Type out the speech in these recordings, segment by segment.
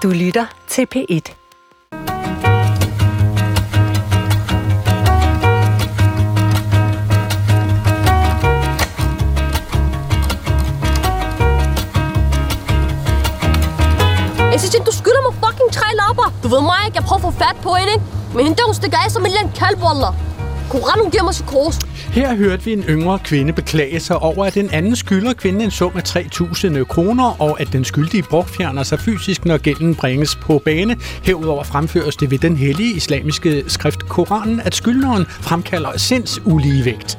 Du lytter til P1. Jeg synes ikke, du skylder mig fucking 3 lapper. Du ved mig ikke, jeg prøver at få fat på hende, ikke? Men hende der, hun stikker af som en lille kalboller. Koran, hun giver mig psykose. Her hørte vi en yngre kvinde beklage sig over, at den anden skylder kvinden en sum af 3.000 kroner, og at den skyldige brugfjerner sig fysisk, når gælden bringes på bane. Herudover fremføres det ved den hellige islamiske skrift Koranen, at skyldneren fremkalder sindsuligevægt.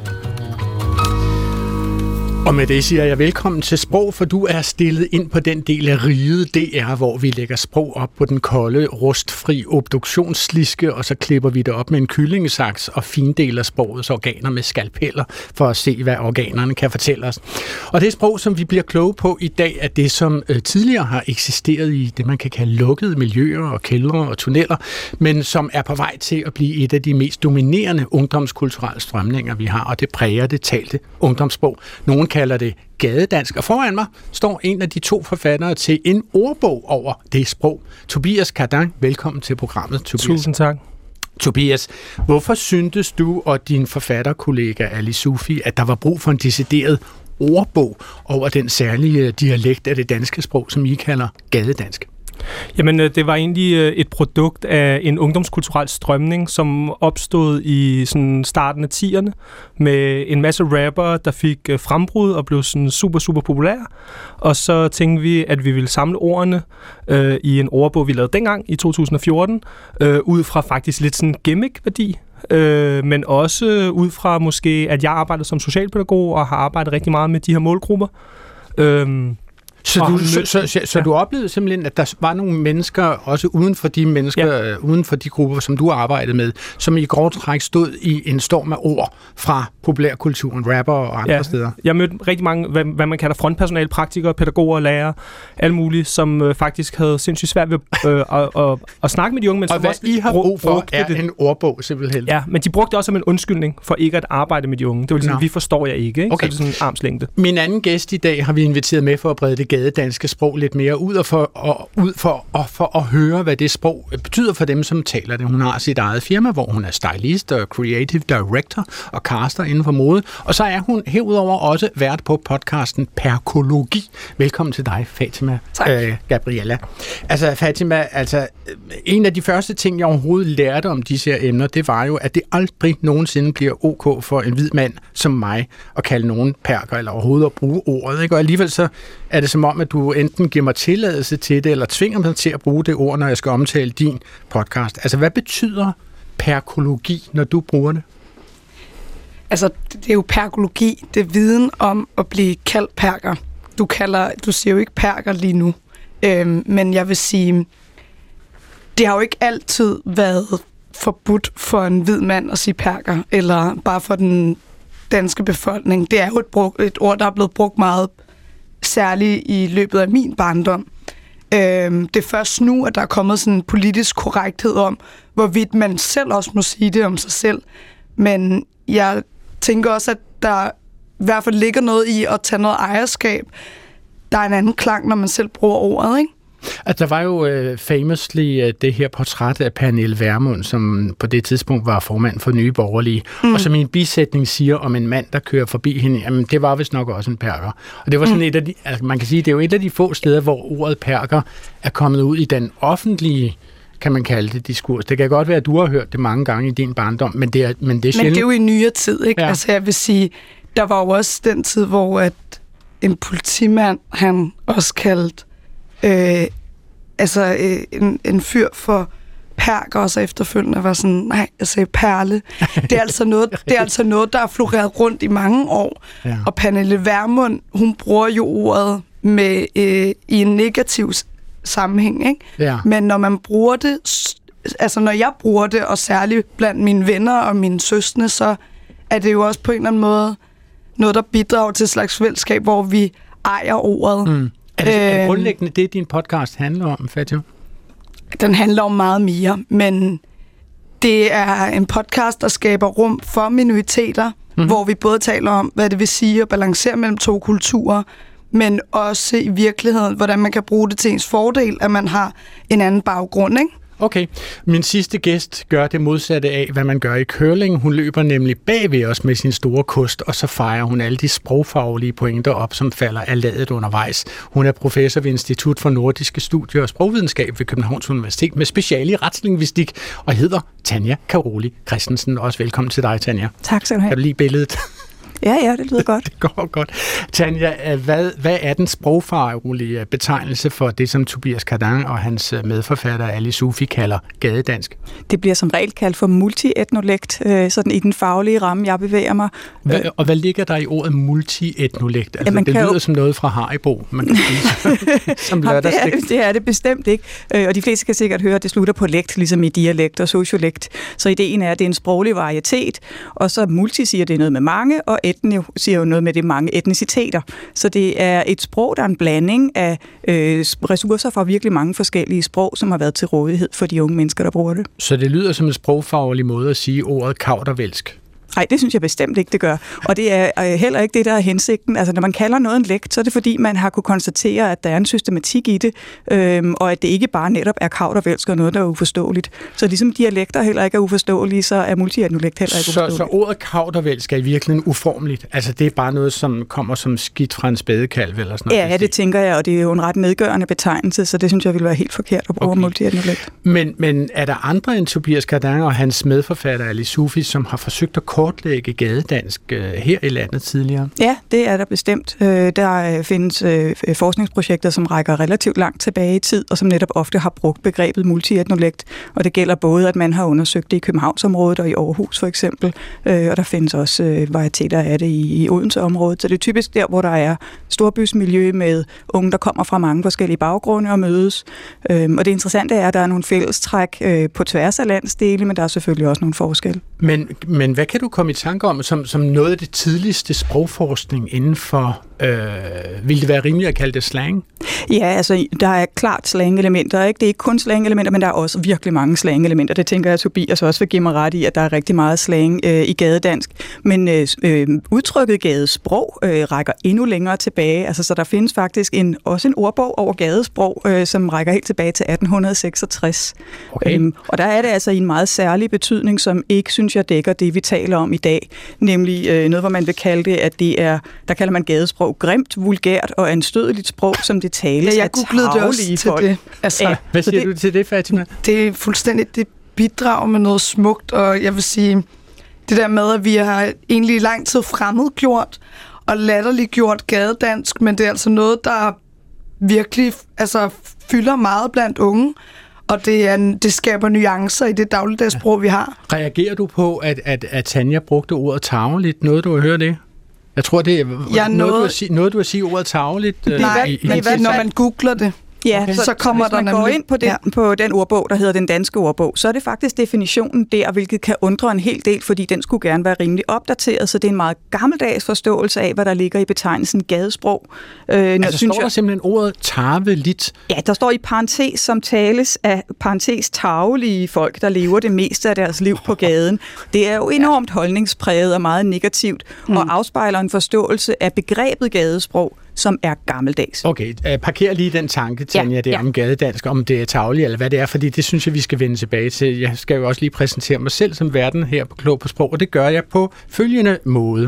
Og med det siger jeg velkommen til Sprog, for du er stillet ind på den del af riget DR, hvor vi lægger sprog op på den kolde, rustfri obduktionssliske, og så klipper vi det op med en kyllingesaks og findeler sprogets organer med skalpeller, for at se, hvad organerne kan fortælle os. Og det sprog, som vi bliver kloge på i dag, er det, som tidligere har eksisteret i det, man kan kalde lukkede miljøer og kældre og tunneller, men som er på vej til at blive et af de mest dominerende ungdomskulturelle strømninger, vi har, og det præger det talte ungdomssprog. Nogen kalder det gadedansk, og foran mig står en af de 2 forfattere til en ordbog over det sprog. Tobias Cardin, velkommen til programmet, Tobias. Tusind tak. Tobias, hvorfor syntes du og din forfatterkollega Ali Sufi, at der var brug for en decideret ordbog over den særlige dialekt af det danske sprog, som I kalder gadedansk? Jamen, det var egentlig et produkt af en ungdomskulturel strømning, som opstod i sådan starten af 10'erne med en masse rappere, der fik frembrud og blev sådan super, super populære. Og så tænkte vi, at vi ville samle ordene i en ordbog, vi lavede dengang i 2014, ud fra faktisk lidt sådan gimmick-værdi. Men også ud fra måske, at jeg arbejder som socialpædagog og har arbejdet rigtig meget med de her målgrupper. Så du oplevede simpelthen, at der var nogle mennesker, også uden for de mennesker, uden for de grupper, som du arbejdede med, som i grove træk stod i en storm af ord fra populærkulturen, rapper og andre steder? Jeg mødte rigtig mange, hvad man kalder frontpersonale, praktikere, pædagoger, lærere, alle mulige, som faktisk havde sindssygt svært ved at snakke med de unge, men og hvad I har brug for, er en ordbog simpelthen. Ja, men de brugte også som en undskyldning for ikke at arbejde med de unge. Det var ligesom, vi forstår jer ikke? Okay. Så det er sådan en armslængde. Min anden gæst i dag har vi inviteret med for at brede det gadedanske sprog lidt mere ud, og for at høre, hvad det sprog betyder for dem, som taler det. Hun har sit eget firma, hvor hun er stylist og creative director og caster inden for mode. Og så er hun herudover også vært på podcasten Perkologi. Velkommen til dig, Fatima Gabriella. Altså, Fatima, en af de første ting, jeg overhovedet lærte om disse her emner, det var jo, at det aldrig nogensinde bliver ok for en hvid mand som mig at kalde nogen perker, eller overhovedet at bruge ordet. Ikke? Og alligevel så er det som om, at du enten giver mig tilladelse til det, eller tvinger mig til at bruge det ord, når jeg skal omtale din podcast. Altså, hvad betyder perkologi, når du bruger det? Altså, det er jo perkologi. Det er viden om at blive kaldt perker. Du siger jo ikke perker lige nu. Men jeg vil sige, det har jo ikke altid været forbudt for en hvid mand at sige perker, eller bare for den danske befolkning. Det er jo et ord, der er blevet brugt meget særligt i løbet af min barndom. Det er først nu, at der er kommet sådan en politisk korrekthed om, hvorvidt man selv også må sige det om sig selv. Men jeg tænker også, at der i hvert fald ligger noget i at tage noget ejerskab. Der er en anden klang, når man selv bruger ordet, ikke? Altså, der var jo famously det her portræt af Pernille Vermund, som på det tidspunkt var formand for Nye Borgerlige, og som i en bisætning siger om en mand, der kører forbi hende, jamen det var vist nok også en perker. Og det var sådan et af de, altså man kan sige, det er jo et af de få steder, hvor ordet perker er kommet ud i den offentlige, kan man kalde det, diskurs. Det kan godt være, at du har hørt det mange gange i din barndom, men det er sjældent. Men det er jo i nyere tid, ikke? Ja. Altså jeg vil sige, der var jo også den tid, hvor at en politimand, han også kaldte en fyr for perker, og så efterfølgende var sådan, nej, jeg sagde perle. Det er altså noget, der er floreret rundt i mange år. Ja. Og Pernille Vermund, hun bruger jo ordet med i en negativ sammenhæng, ikke? Ja. Men når man bruger det, altså når jeg bruger det, og særligt blandt mine venner og mine søstre, så er det jo også på en eller anden måde noget, der bidrager til et slags fællesskab, hvor vi ejer ordet. Mm. Er det grundlæggende det, din podcast handler om, Fatima? Den handler om meget mere, men det er en podcast, der skaber rum for minoriteter, hvor vi både taler om, hvad det vil sige at balancere mellem 2 kulturer, men også i virkeligheden, hvordan man kan bruge det til ens fordel, at man har en anden baggrund, ikke? Okay. Min sidste gæst gør det modsatte af, hvad man gør i curling. Hun løber nemlig bagved os med sin store kost, og så fejrer hun alle de sprogfaglige pointer op, som falder af ladet undervejs. Hun er professor ved Institut for Nordiske Studier og Sprogvidenskab ved Københavns Universitet med speciale i retslingvistik og hedder Tanja Karoli Christensen. Også velkommen til dig, Tanja. Tak skal du have. Kan du lide billedet? Ja, det lyder godt. Det går godt. Tanja, hvad er den sprogfaglige betegnelse for det, som Tobias Cardin og hans medforfatter Ali Sufi kalder gadedansk? Det bliver som regel kaldt for multietnolekt, sådan i den faglige ramme, jeg bevæger mig. Og hvad ligger der i ordet multietnolekt? Altså, det lyder som noget fra Haribo, man kan spise som lørdagsslik. Det er det bestemt ikke, og de fleste kan sikkert høre, at det slutter på lekt, ligesom i dialekt og sociolekt. Så ideen er, at det er en sproglig varietet, og så multi siger, det er noget med mange, og etno siger jo noget med det mange etniciteter. Så det er et sprog, der er en blanding af ressourcer fra virkelig mange forskellige sprog, som har været til rådighed for de unge mennesker, der bruger det. Så det lyder som en sprogfaglig måde at sige ordet kaudervelsk? Nej, det synes jeg bestemt ikke, det gør. Og det er heller ikke det, der er hensigten. Altså, når man kalder noget en lekt, så er det fordi, man har kunne konstatere, at der er en systematik i det, og at det ikke bare netop er kaudervelsk og noget, der er uforståeligt. Så ligesom dialekter heller ikke er uforståelige, så er multietnolekt heller ikke uforståeligt. Så ordet kaudervelsk er i virkeligheden uformeligt? Altså, det er bare noget, som kommer som skidt fra en spædekalv eller sådan noget? Ja, det tænker jeg, og det er jo en ret nedgørende betegnelse, så det synes jeg ville være helt forkert at bruge multietnolekt. Men er der andre end Tobias Cardin og hans medforfatter Ali Sufi, som har forsøgt at kortlægge gadedansk her i landet tidligere? Ja, det er der bestemt. Der findes forskningsprojekter, som rækker relativt langt tilbage i tid, og som netop ofte har brugt begrebet multietnolekt. Og det gælder både, at man har undersøgt det i Københavnsområdet og i Aarhus for eksempel. Og der findes også varieteter af det i Odenseområdet. Så det er typisk der, hvor der er storbysmiljø med unge, der kommer fra mange forskellige baggrunde og mødes. Og det interessante er, at der er nogle fællestræk på tværs af landsdele, men der er selvfølgelig også nogle forskelle. Men hvad kan du komme i tanke om som noget af det tidligste sprogforskning inden for, vil det være rimeligt at kalde det slang? Ja, altså der er klart slang-elementer, ikke? Det er ikke kun slang-elementer, men der er også virkelig mange slang-elementer. Det tænker jeg, at Tobias også vil give mig ret i, at der er rigtig meget slang i gadedansk. Men udtrykket gadesprog rækker endnu længere tilbage. Altså, så der findes faktisk også en ordbog over gadesprog, som rækker helt tilbage til 1866. Okay. Og der er det altså i en meget særlig betydning, som ikke, synes jeg, dækker det, vi taler om i dag. Nemlig noget, hvor man vil kalde det, at det er, der kalder man gadesprog grimt, vulgært og anstødeligt sprog, som det tales af tarvelige folk. Til det. Altså, hvad siger du til det, Fatima? Det er fuldstændig, det bidrager med noget smukt, og jeg vil sige, det der med, at vi har egentlig lang tid fremmedgjort og latterliggjort gadedansk, men det er altså noget, der virkelig fylder meget blandt unge, og det skaber nuancer i det dagligdagssprog, vi har. Reagerer du på, at Tanja brugte ordet tarveligt? Noget, du har hørt det? Jeg tror, det er noget, du har sige ordet tarveligt. Nej, når man googler det. Ja, okay. Så kommer der, hvis man går ind på den ordbog, der hedder den danske ordbog, så er det faktisk definitionen der, hvilket kan undre en hel del, fordi den skulle gerne være rimelig opdateret, så det er en meget gammeldags forståelse af, hvad der ligger i betegnelsen gadesprog. Står der simpelthen ordet tarveligt? Ja, der står i parentes, som tales af parentes tarvelige folk, der lever det meste af deres liv på gaden. Det er jo enormt holdningspræget og meget negativt, og afspejler en forståelse af begrebet gadesprog, som er gammeldags. Okay, parker lige den tanke, Tanja, det er om gadedansk, om det er tarveligt eller hvad det er, fordi det synes jeg, vi skal vende tilbage til. Jeg skal jo også lige præsentere mig selv som verden her på Klog på Sprog, og det gør jeg på følgende måde.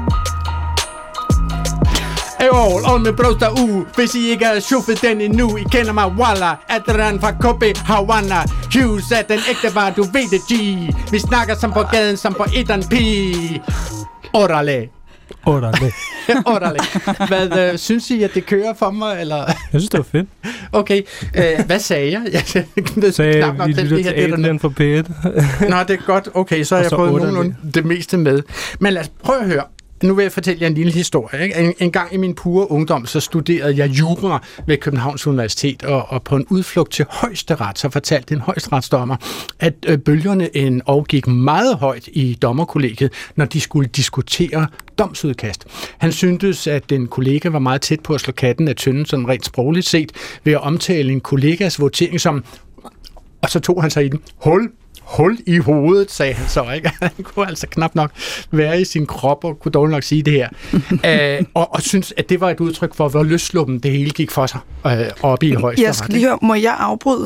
All on the bros derude. Hvis I ikke har shuffet den endnu, I kender mig, walla. Adran fra KB Havanna. Hughes er den ægte var, du ved det, G. Vi snakker som på gaden, som på etteren P. Orale. Hvad synes I, at det kører for mig? Eller? Jeg synes, det var fedt. Okay, hvad sagde jeg? Jeg sagde, vi lytter til Adrian fra P1. Nå, det er godt. Okay, så har jeg fået nogenlunde det meste med. Men lad os prøve at høre. Nu vil jeg fortælle jer en lille historie. Ikke? En gang i min pure ungdom, så studerede jeg jura ved Københavns Universitet, og på en udflugt til højesteret, så fortalte en højesteretsdommer, at bølgerne gik meget højt i dommerkollegiet, når de skulle diskutere domsudkast. Han syntes, at en kollega var meget tæt på at slå katten af tynden, sådan rent sprogligt set, ved at omtale en kollegas votering som, og så tog han sig i den, hul, hul i hovedet, sagde han så, ikke? Han kunne altså knap nok være i sin krop og kunne dårligt nok sige det her. Og synes, at det var et udtryk for, hvor løsluppen det hele gik for sig oppe i Højesteret. Jeg skal lige høre, må jeg afbryde?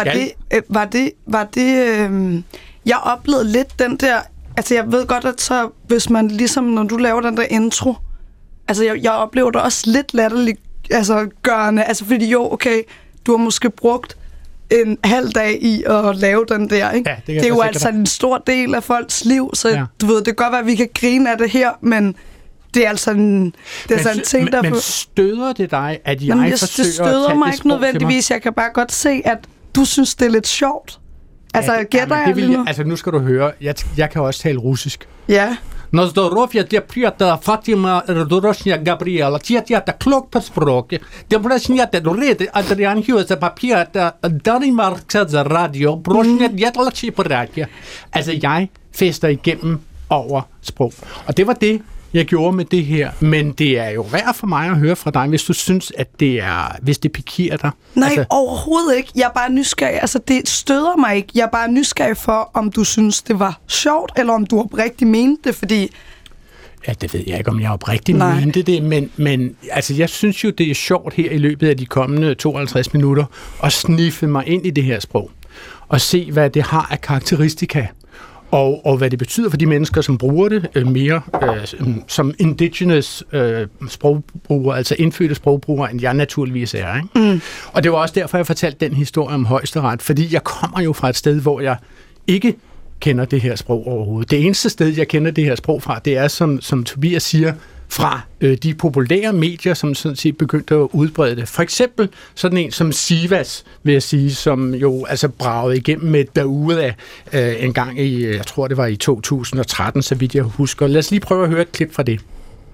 Var det jeg oplevede lidt den der, altså jeg ved godt, at så, hvis man ligesom, når du laver den der intro, altså jeg oplever det også lidt latterligt, altså gørende, altså fordi jo, okay, du har måske brugt en halv dag i at lave den der, ikke? Ja, det er jo altså en stor del af folks liv, så du ved, det kan godt være, at vi kan grine af det her, men det er altså en ting, der... Men støder det dig, at jeg forsøger at tage det sprog til mig? Det støder mig ikke nødvendigvis. Jeg kan bare godt se, at du synes, det er lidt sjovt. Altså, gætter jeg lige nu? Altså, nu skal du høre, jeg kan også tale russisk. Ja. На здоровье для приятеля Фатима Дорожня Габриэла. Тетя клок по спроке. Дембрашнята дуреты Адриан Хьюза папиата Даримарксадza Radio. Брожня дятлачи пораке. Altså, jeg fester igennem over sprog. Og det var det, jeg gjorde med det her, men det er jo værd for mig at høre fra dig, hvis du synes, at hvis det pikerer dig. Nej, altså, overhovedet ikke. Jeg er bare nysgerrig. Altså, det støder mig ikke. Jeg er bare nysgerrig for, om du synes, det var sjovt, eller om du oprigtigt mente det, fordi... Ja, det ved jeg ikke, om jeg oprigtigt mente det, men altså, jeg synes jo, det er sjovt her i løbet af de kommende 52 minutter at sniffe mig ind i det her sprog, og se, hvad det har af karakteristika. Og hvad det betyder for de mennesker, som bruger det mere som indigenous sprogbrugere, altså indfødte sprogbrugere, end jeg naturligvis er. Ikke? Og det var også derfor, jeg fortalte den historie om Højesteret, fordi jeg kommer jo fra et sted, hvor jeg ikke kender det her sprog overhovedet. Det eneste sted, jeg kender det her sprog fra, det er, som Tobias siger, fra de populære medier, som sådan set begyndte at udbrede det. For eksempel sådan en som Sivas, vil jeg sige, som jo altså bragede igennem med derude af en gang i, jeg tror det var i 2013, så vidt jeg husker. Lad os lige prøve at høre et klip fra det.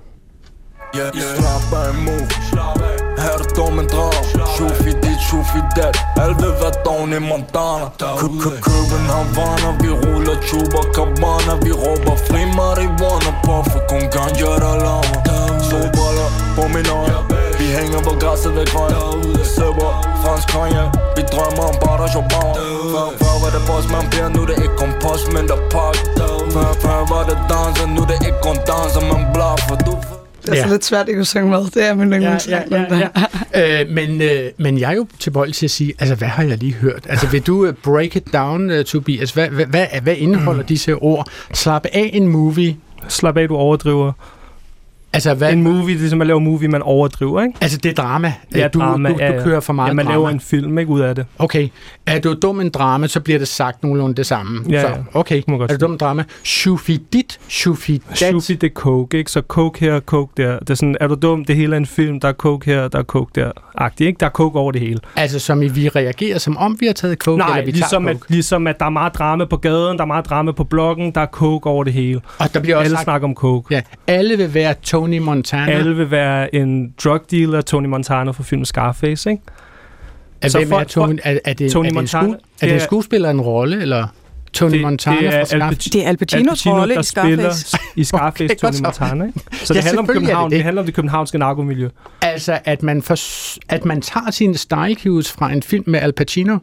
Vi ruller Chupacabana, vi råber fri marihuana, puffer kun ganja der larmer. Solbriller på min øje, vi hænger på græsset ved grøn. Søber, fransk konje, vi drømmer om Barack Obama. Før var det postman Per, nu det ikke kun postmænd der pakker. Før var det danser, nu det ikke kun danser, man blaffer. Det er så lidt svært ikke at synge med. Det er min yndlingssang. Men jeg er jo tilbøjelig til at sige, altså hvad har jeg lige hørt? Altså vil du break it down, Tobias? Hvad indeholder disse ord? Slap af en movie. Slap af, du overdriver. Altså, en movie, det er som at lave movie, man overdriver, ikke? Altså, det er drama. Ja, du kører for meget drama. Ja, man laver en film, ikke, ud af det. Okay. Er du dum en drama, så bliver det sagt nogenlunde det samme. Ja, så, okay. Er du dum en drama? Shufidit, Shufidat. Shufid, det er coke, ikke? Så coke her, coke der. Det er sådan, er du dum, det hele er en film, der er coke her, der er coke der. Agtigt, ikke? Der er coke over det hele. Altså, som vi reagerer, som om vi har taget coke, nej, eller vi tager coke? Ligesom at der er meget drama på gaden, der er meget drama på bloggen, der er coke over det hele. Og der bliver også alle snakker om coke. Ja, alle vil være Tony Montana. Alle vil være en drug dealer, Tony Montana fra filmen Scarface, ikke? Er det en skuespiller en rolle, eller Tony Montana fra Scarface? Det er Al Pacinos rolle i Scarface. I Scarface, okay, Tony Montana, ikke? Så det handler om København. Det handler om det københavnske narkomiljø. Altså, at man tager sine style cues fra en film med Al Pacino?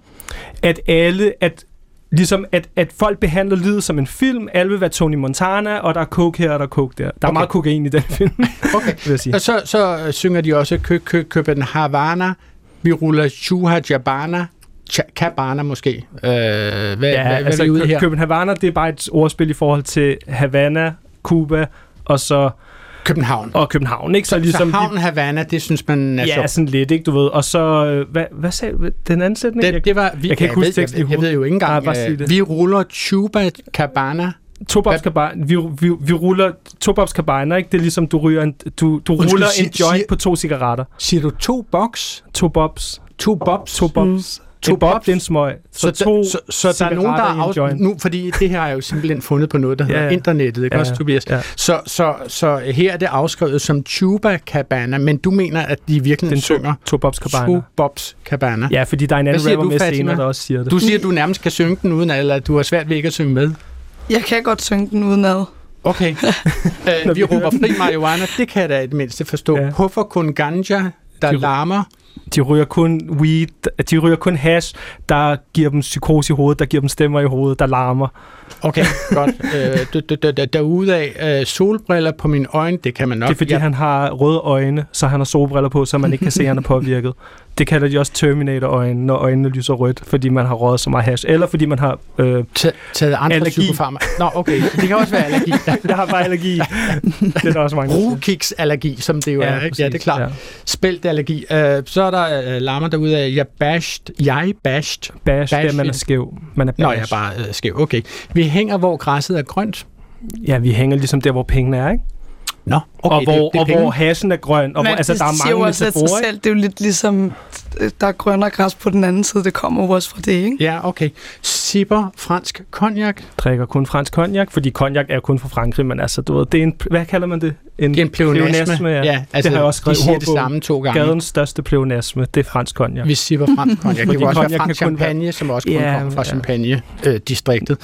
Ligesom at folk behandler livet som en film. Alle vil være Tony Montana, og der er coke her, og der er coke der. Der er meget kokain i den film. Okay. Vil jeg sige. Og så synger de også Københavana, vi ruller Chuha Jabana, Cabana måske. Hvad er vi ude her? Københavana, det er bare et ordspil i forhold til Havana, Cuba, og så København. Og København, ikke? Så ligesom havn Havana, det synes man er ja, sådan lidt, ikke, du ved. Og så, hvad sagde den anden sætning? Det var, jeg kan ikke huske teksten i hovedet. Jeg ved jo ikke engang. Vi ruller Chupacabana. Vi ruller Tobacabana, ikke? Det er ligesom, du ryger du ruller en joint på 2 cigaretter. Siger du 2 boks? 2 bobs. 2 bobs? 2 bobs. En bob, det er en smøg. Så der er nogen, der er nu, fordi det her er jo simpelthen fundet på noget, der hedder internettet, ikke også, Tobias? Ja. Så her er det afskrevet som Chupacabana, men du mener, at de virkelig synger Tobacabana. Ja, fordi der er en anden rapper med senere, der også siger det. Du siger, at du nærmest kan synge den uden, eller at du har svært ved ikke at synge med. Jeg kan godt synge den udenad. Okay. Vi råber fri marihuana, det kan jeg da i det mindste forstå. Ja. Hvorfor kun ganja, der larmer? De ryger kun weed, de ryger kun hash, der giver dem psykose i hovedet, der giver dem stemmer i hovedet, der larmer. Okay, godt. Derudaf solbriller på mine øjne, det kan man nok. Det er fordi, han har røde øjne, så han har solbriller på, så man ikke kan se, at han er påvirket. Det kalder de også Terminator-øjne, når øjnene lyser rødt, fordi man har røget så meget hash. Eller fordi man har taget andre psykofarmer. Nå, okay. Det kan også være allergi. Jeg har bare allergi. Det er der også mange. Rugekiksallergi, som det jo er. Ikke? Ja, det er klart. Ja. Spæltallergi. Så er der larmer derude af, jeg bashed. Bash, det er, man er skæv. Man er bash. Nå, jeg er bare skæv. Okay. Vi hænger, hvor græsset er grønt. Ja, vi hænger ligesom der, hvor pengene er, ikke? Nå, okay. Og hvor hashen er grøn. Og men hvor, altså, der er mange metaforer. Det er jo lidt ligesom, der er grønnere græs på den anden side. Det kommer jo også fra det, ikke? Ja, okay. Sipper fransk cognac. Drikker kun fransk cognac, fordi cognac er kun fra Frankrig, men altså, du ved, det er en, hvad kalder man det? En pleonasme. Ja, altså, det har jeg også skrevet. De siger det samme 2 gange. Gadens største pleonasme, det er fransk cognac. Vi sipper fransk cognac. Det kan også være fransk champagne, som også kun kommer fra Champagne-distriktet.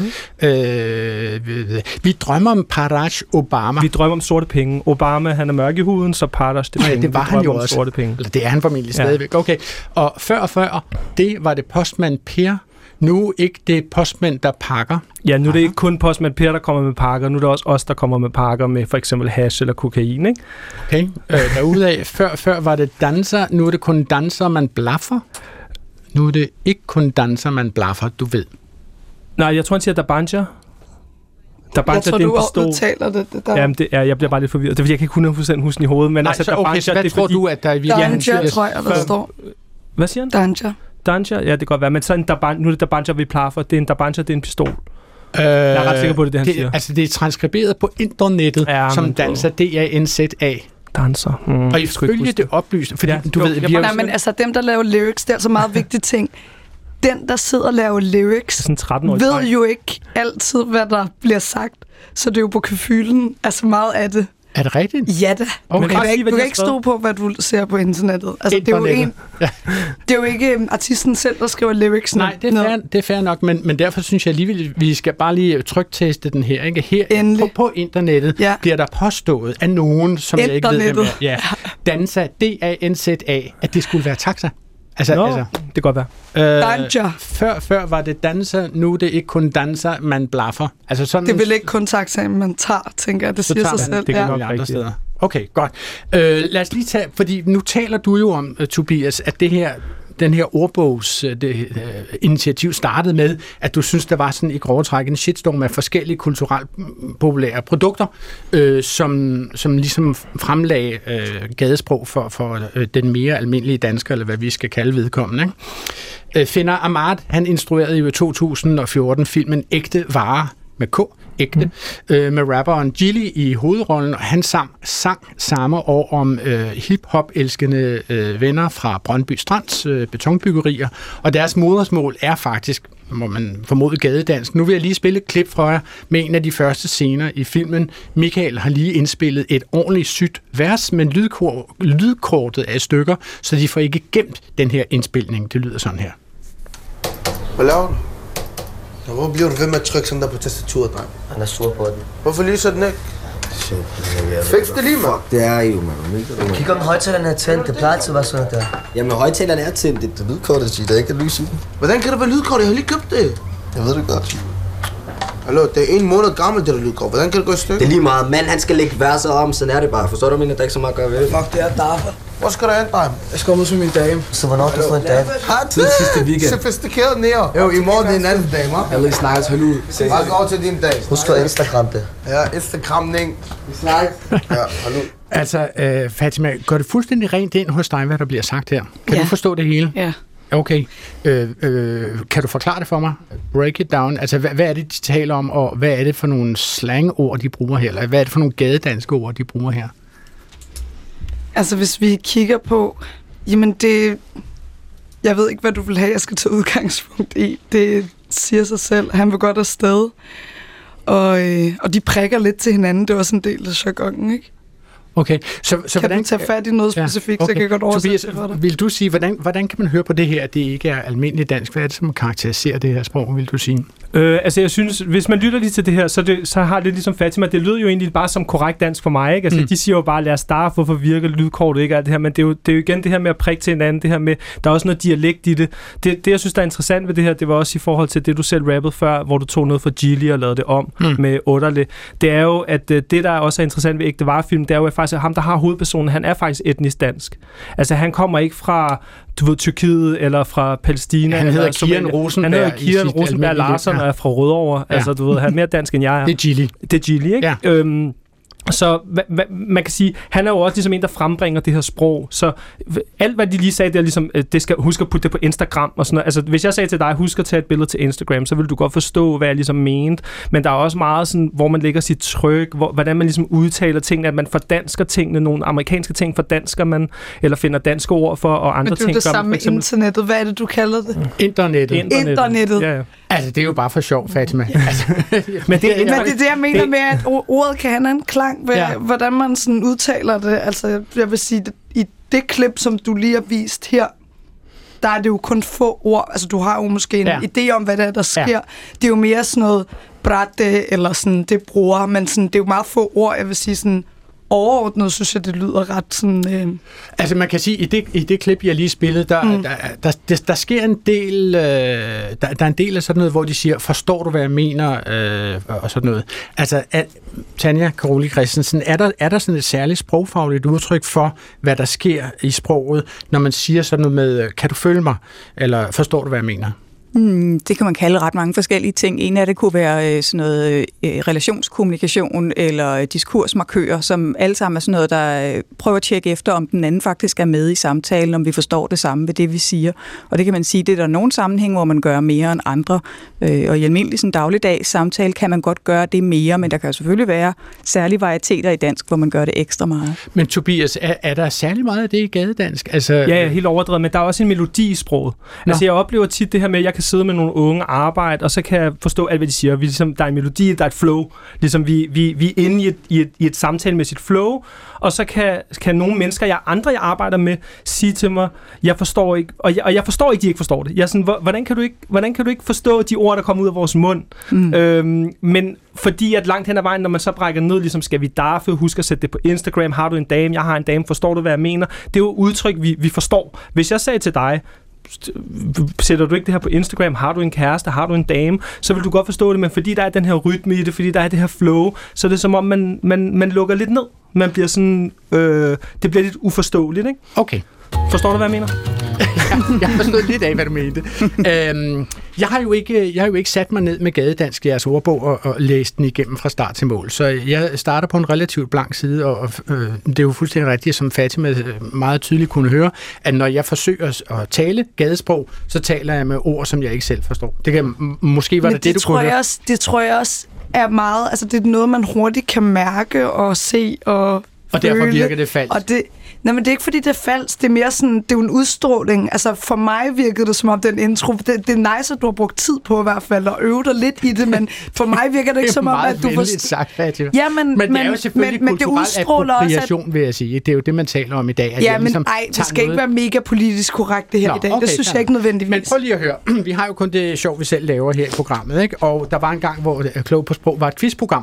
Vi drømmer om Barack Obama. Vi drømmer om sorte penge. Obama, han er mørk i huden, så Barack det penge. Det var han jo også. Sorte penge. Eller det er han formentlig stadigvæk. Okay. Og før, det var det postmand Per. Nu ikke det postmænd, der pakker. Ja, nu er det ikke kun postmand Per, der kommer med pakker. Nu er det også os, der kommer med pakker med for eksempel hash eller kokain, ikke? Okay. Derudaf, før var det danser. Nu er det kun danser, man blaffer. Nu er det ikke kun danser, man blaffer, du ved. Nej, jeg tror, han siger, der bancher. Jeg tror, du udtaler det der. Jamen, jeg bliver bare lidt forvirret. Det er, fordi jeg kan ikke 100% huske den i hovedet. Men nej, altså, så okay, så hvad tror du, at der er virkelig... Danger, tror jeg, der står. Hvad siger han? Danger. Danger? Ja, det kan godt være. Men så nu er det Dabanger, vi plaffer. Det er en Dabanger, det er en pistol. Jeg er ret sikker på det, han siger. Altså, det er transkriberet på internettet, som danser D-A-N-Z-A. Danser. Og ifølge det oplyste, fordi du ved... Nej, men altså, dem, der laver lyrics, det er altså meget vigtige ting. Den, der sidder og laver lyrics, ved jo ikke altid, hvad der bliver sagt. Så det er jo på kefylen, altså meget af det. Er det rigtigt? Ja da. Okay. Du kan ikke stå på, hvad du ser på internettet. Altså, det er jo ikke artisten selv, der skriver lyrics. Nej, det er fair nok, men derfor synes jeg alligevel, vi skal bare lige trykteste den her. Ikke? Her på internettet bliver der påstået af nogen, som jeg ikke ved, hvem er. Dansa, D-A-N-Z-A, at det skulle være taxa. Altså, det kan godt være. Før var det danser, nu er det ikke kun danser, man blaffer. Altså sådan, det er vel ikke kun taxaen, man tager, tænker jeg. Det siger sig selv. Det kan nok andre steder. Okay, godt. Lad os lige tage, fordi nu taler du jo om, Tobias, at den her ordbogs initiativ startede med, at du synes, der var sådan i grove træk en shitstorm af forskellige kulturelt populære produkter, som ligesom fremlagde gadesprog for den mere almindelige dansker, eller hvad vi skal kalde vedkommende. Ikke? Finder Ahmad, han instruerede jo i 2014 filmen Ægte Vare med K, ægte, med rapperen Gilly i hovedrollen, og han sang samme år om hip-hop-elskende venner fra Brøndby Strands betonbyggerier, og deres modersmål er faktisk, må man formode, gadedansk. Nu vil jeg lige spille et klip fra jer med en af de første scener i filmen. Michael har lige indspillet et ordentligt sygt vers, men lydkortet er i stykker, så de får ikke gemt den her indspilning. Det lyder sådan her. Hvad laver du? Hvor bliver du ved med at trykke sådan der på tastaturet, dreng? Han er sur på den. Hvorfor lyser den ikke? Fix det lige, mand. Fuck, det er jo, mand. Kig om højtalerne er tændt. Det plejer til at være sådan der. Jamen, højtalerne er tændt. Det er lydkortet, siger der ikke at lyse i den. Hvordan kan det være lydkort? Jeg har lige købt det. Jeg ved det godt. Hallo, det er 1 måned gammelt, det der lydkort. Hvordan kan det gå i stykker? Det er lige meget. Mand, han skal lægge verser om, sådan er det bare. Forstår du, min, at der ikke så meget at gøre ved? Fuck, det er derfor. Hvor skal du hen, dreng? Jeg skal ud med min dame. Så hvornår du får en dame? Tid sidste weekend. Sofistikeret nære. Jo, i morgen det er en anden dame, hva'? Jeg vil snakkes, hold ud. Bare gå over til din dag. Husk for Instagram det. Ja, Instagramning. Vi snakkes. Ja, hold ud. Altså, Fatima, går det fuldstændig rent ind hos dig, hvad der bliver sagt her? Kan du forstå det hele? Ja. Okay. Kan du forklare det for mig? Break it down. Altså, hvad er det, de taler om, og hvad er det for nogle slangord, de bruger her? Eller hvad er det for nogle gadedanske ord, de bruger her? Altså, hvis vi kigger på... Jamen, det... Jeg ved ikke, hvad du vil have, jeg skal tage udgangspunkt i. Det siger sig selv. Han vil godt afsted. Og de prikker lidt til hinanden. Det var sådan en del af jargonen, ikke? Okay, så kan hvordan du tage fat i noget specifikt, så kan jeg godt oversætte det for dig. Vil du sige, hvordan kan man høre på det her, at det ikke er almindeligt dansk? Hvad er det, som karakteriserer det her sprog, vil du sige? Altså jeg synes, hvis man lytter lige til det her, så har det ligesom Fatima, det lyder jo egentlig bare som korrekt dansk for mig, ikke? Altså de siger jo bare, lad os starte, hvorfor virker lydkortet ikke, alt det her, men det er jo igen det her med at prikke til hinanden, det her med, der er også noget dialekt i det. Det jeg synes, der er interessant ved det her, det var også i forhold til det, du selv rappede før, hvor du tog noget fra Gilly og lavede det om med Otterle. Det er jo, at det, der også er interessant ved Ægte Varefilm, det er jo at faktisk, at ham, der har hovedpersonen, han er faktisk etnisk dansk. Altså han kommer ikke fra Tyrkiet eller fra Palæstina. Han hedder Kieran Rosenberg. Han hedder Kieran Rosenberg Larsen og er fra Rødovre. Ja. Altså, du ved, han er mere dansk end jeg er. Det er Gilly. Det er Gilly, ikke? Ja. Så man kan sige, han er jo også ligesom en, der frembringer det her sprog. Så alt, hvad de lige sagde, det er ligesom, det skal huske at putte det på Instagram og sådan noget. Altså, hvis jeg sagde til dig, husk at tage et billede til Instagram, så vil du godt forstå, hvad jeg ligesom mente. Men der er også meget sådan, hvor man lægger sit tryk, hvordan man ligesom udtaler tingene, at man fordansker tingene, nogle amerikanske ting fordansker man, eller finder danske ord for, og andre ting. Men det er jo det samme med internettet. Hvad er det, du kalder det? Internettet. Ja. Altså, det er jo bare for sjov, Fatima. Altså, men det er det, jeg mener med, at ordet kan have en klang ved, hvordan man sådan udtaler det. Altså, jeg vil sige, i det klip, som du lige har vist her, der er det jo kun få ord. Altså, du har jo måske en idé om, hvad der sker. Ja. Det er jo mere sådan noget bratte, eller sådan, det bruger, men sådan, det er jo meget få ord, jeg vil sige sådan, overordnet, synes jeg, det lyder ret sådan... Altså, man kan sige, i det klip, jeg lige spillede, der sker en del... Der er en del af sådan noget, hvor de siger, forstår du, hvad jeg mener? Og sådan noget. Altså, Tanja Karoli Christensen, er der sådan et særligt sprogfagligt udtryk for, hvad der sker i sproget, når man siger sådan noget med, kan du følge mig? Eller forstår du, hvad jeg mener? Det kan man kalde ret mange forskellige ting. En af det kunne være sådan noget relationskommunikation eller diskursmarkører, som alle sammen er sådan noget, der prøver at tjekke efter, om den anden faktisk er med i samtalen, om vi forstår det samme ved det, vi siger. Og det kan man sige, det er der nogle sammenhæng, hvor man gør mere end andre. Og i almindelig sådan dagligdags samtale kan man godt gøre det mere, men der kan jo selvfølgelig være særlige varieteter i dansk, hvor man gør det ekstra meget. Men Tobias, er der særlig meget af det i gadedansk? Altså... Ja, helt overdrevet, men der er også en melodi i sproget. Nå. Altså jeg oplever tit det her med, at jeg kan sidde med nogle unge arbejde, og så kan jeg forstå alt, hvad de siger. Der er en melodi, der er et flow. Ligesom vi er inde i et samtalemæssigt flow, og så kan nogle mennesker, jeg arbejder med, sige til mig, jeg forstår ikke, og jeg forstår ikke, de ikke forstår det. Jeg er sådan, hvordan kan du ikke forstå de ord, der kommer ud af vores mund? Men fordi at langt hen ad vejen, når man så brækker ned, ligesom skal vi daffe, husk at sætte det på Instagram, har du en dame, jeg har en dame, forstår du, hvad jeg mener? Det er jo udtryk, vi forstår. Hvis jeg sagde til dig, sætter du ikke det her på Instagram, har du en kæreste, har du en dame, så vil du godt forstå det, men fordi der er den her rytme i det, fordi der er det her flow, så er det som om, man lukker lidt ned. Man bliver sådan, det bliver lidt uforståeligt, ikke? Okay. Forstår du, hvad jeg mener? Jeg har forstået lidt af, hvad du mente. Jeg har jo ikke sat mig ned med gadedansk i jeres ordbog og læst den igennem fra start til mål, så jeg starter på en relativt blank side, og det er jo fuldstændig rigtigt, som Fatima meget tydeligt kunne høre, at når jeg forsøger at tale gadesprog, så taler jeg med ord, som jeg ikke selv forstår. Det kan måske være det, du kunne høre. Det tror jeg også er meget, altså det er noget, man hurtigt kan mærke og se og føle. Derfor virker det falsk. Og nej, men det er ikke, fordi det er falsk. Det er mere sådan, det er jo en udstråling. Altså, for mig virkede det som om den intro. Det er nice, at du har brugt tid på i hvert fald, og øve dig lidt i det, men for mig virker det ikke som om, at du forstår. Sagt, Fatima. Ja, men det er jo selvfølgelig kulturel appropriation, vil jeg sige. Det er jo det, man taler om i dag. Ja, men det skal ikke være mega politisk korrekt, det her i dag. Okay, det synes jeg ikke nødvendigvis. Men prøv lige at høre. Vi har jo kun det sjov, vi selv laver her i programmet, ikke? Og der var en gang, hvor Klog på Sprog var et quizprogram.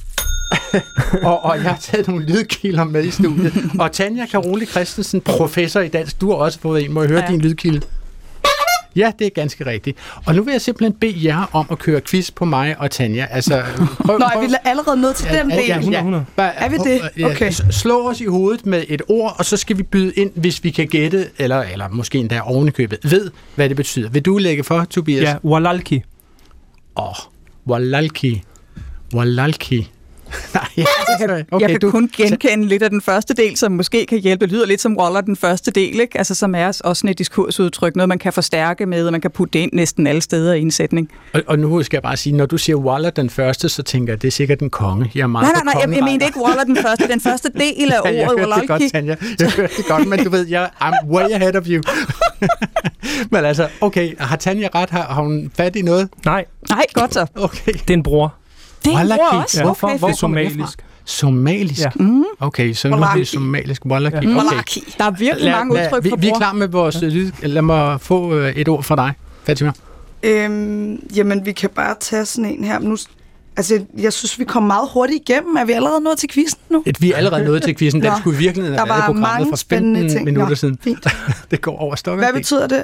og jeg har taget nogle lydkilder med i studiet. Og Tanja Karoli Christensen, professor i dansk, du har også fået en. Må jeg høre din lydkilde? Ja, det er ganske rigtigt. Og nu vil jeg simpelthen bede jer om at køre quiz på mig og Tanja. Altså, prøv. Nå, er vi allerede nået til den del? Ja, 100. Er vi det? Okay. Slå os i hovedet med et ord, og så skal vi byde ind, hvis vi kan gætte, eller måske endda ovenikøbet, ved, hvad det betyder. Vil du lægge for, Tobias? Ja, walalki. Walalki. Walalki. Nej, jeg kan kun genkende lidt af den første del, som måske kan hjælpe. Det lyder lidt som Waller den første del, ikke? Altså, som er også sådan et diskursudtryk, noget man kan forstærke med, og man kan putte det ind næsten alle steder i en sætning. Og nu skal jeg bare sige, når du siger Waller den første, så tænker jeg, det er sikkert en konge. Jeg er meget nej, jeg mente ikke Waller den første del af ordet. Jeg hørte det godt, Tanja. Jeg hørte det godt, men du ved, I'm way ahead of you. Men altså, okay, har Tanja ret? Har hun fat i noget? Nej, godt så. Okay. Det er en bror. Det er en bror også? Ja. Hvorfor? Det er somalisk. Somalisk? Ja. Okay, så nu har vi somalisk. Wallaki. Okay. Der er virkelig mange udtryk for vi er klar med vores lyd. Lad mig få et ord fra dig, Fatima. Jamen, vi kan bare tage sådan en her. Nu, altså, jeg synes, vi kom meget hurtigt igennem. Er vi allerede nået til quizzen nu? Vi er allerede nået til quizzen. Den skulle i virkeligheden have været i programmet for 15 minutter siden. Fint. Det går over stokken. Hvad betyder det?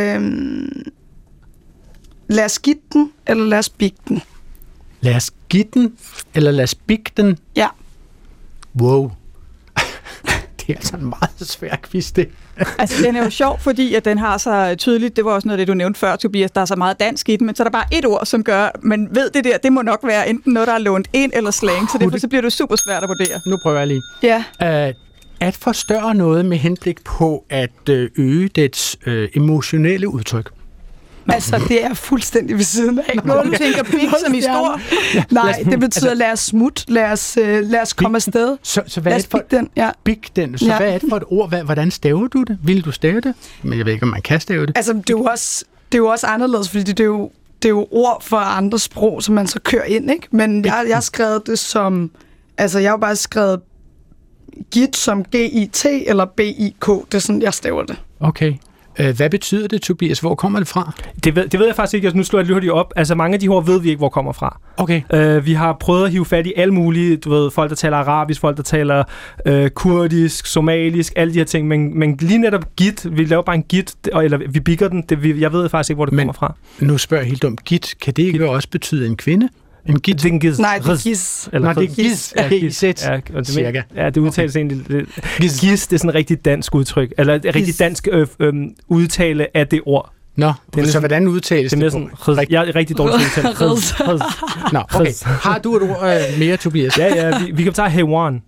Lad os gitte den, eller lad os bigge den? Lad os gitte den, eller lad os bigge den? Ja. Wow. Det er altså en meget svær quiz, det. Altså, den er jo sjov, fordi at den har så tydeligt, det var også noget af det, du nævnte før, Tobias, der er så meget dansk i den, men så er der bare et ord, som gør, man ved det der, det må nok være enten noget, der er lånt ind eller slang, så derfor så bliver det super svært at vurdere. Nu prøver jeg lige. Ja. At forstørre noget med henblik på at øge dets emotionelle udtryk. Altså, det er fuldstændig ved siden af. Når du tænker big som i stor. Nej, det betyder, lad os smutte, lad os komme afsted. Så hvad er det for den? Ja. Big den? Så hvad er det for et ord? Hvordan staver du det? Vil du stave det? Men jeg ved ikke, om man kan stave det. Altså, det er jo også anderledes, fordi det er jo ord for andre sprog, som man så kører ind, ikke? Men jeg har skrevet det som... Altså, jeg har bare skrevet git som G-I-T eller B-I-K. Det er sådan, jeg staver det. Okay. Hvad betyder det, Tobias? Hvor kommer det fra? Det ved jeg faktisk ikke. Altså, nu slår jeg lige op. Altså, mange af de ord ved vi ikke, hvor kommer fra. Okay. Vi har prøvet at hive fat i alle mulige, du ved, folk, der taler arabisk, folk, der taler kurdisk, somalisk, alle de her ting. Men lige netop git, vi laver bare en git, eller vi bigger den. Jeg ved faktisk ikke, hvor det kommer fra. Nu spørger jeg helt dumt. Git, kan det ikke også betyde en kvinde? En git? Nej, det er gis. Eller det er gis. Cirka. Ja, det udtales egentlig... Gis, det er sådan et rigtig dansk udtryk. Eller et rigtig dansk udtale af det ord. Nå, så hvordan udtales det? Jeg er rigtig dårlig til at udtale. Nå, okay. Har du et ord mere, Tobias? Ja, vi kan tage Haywan.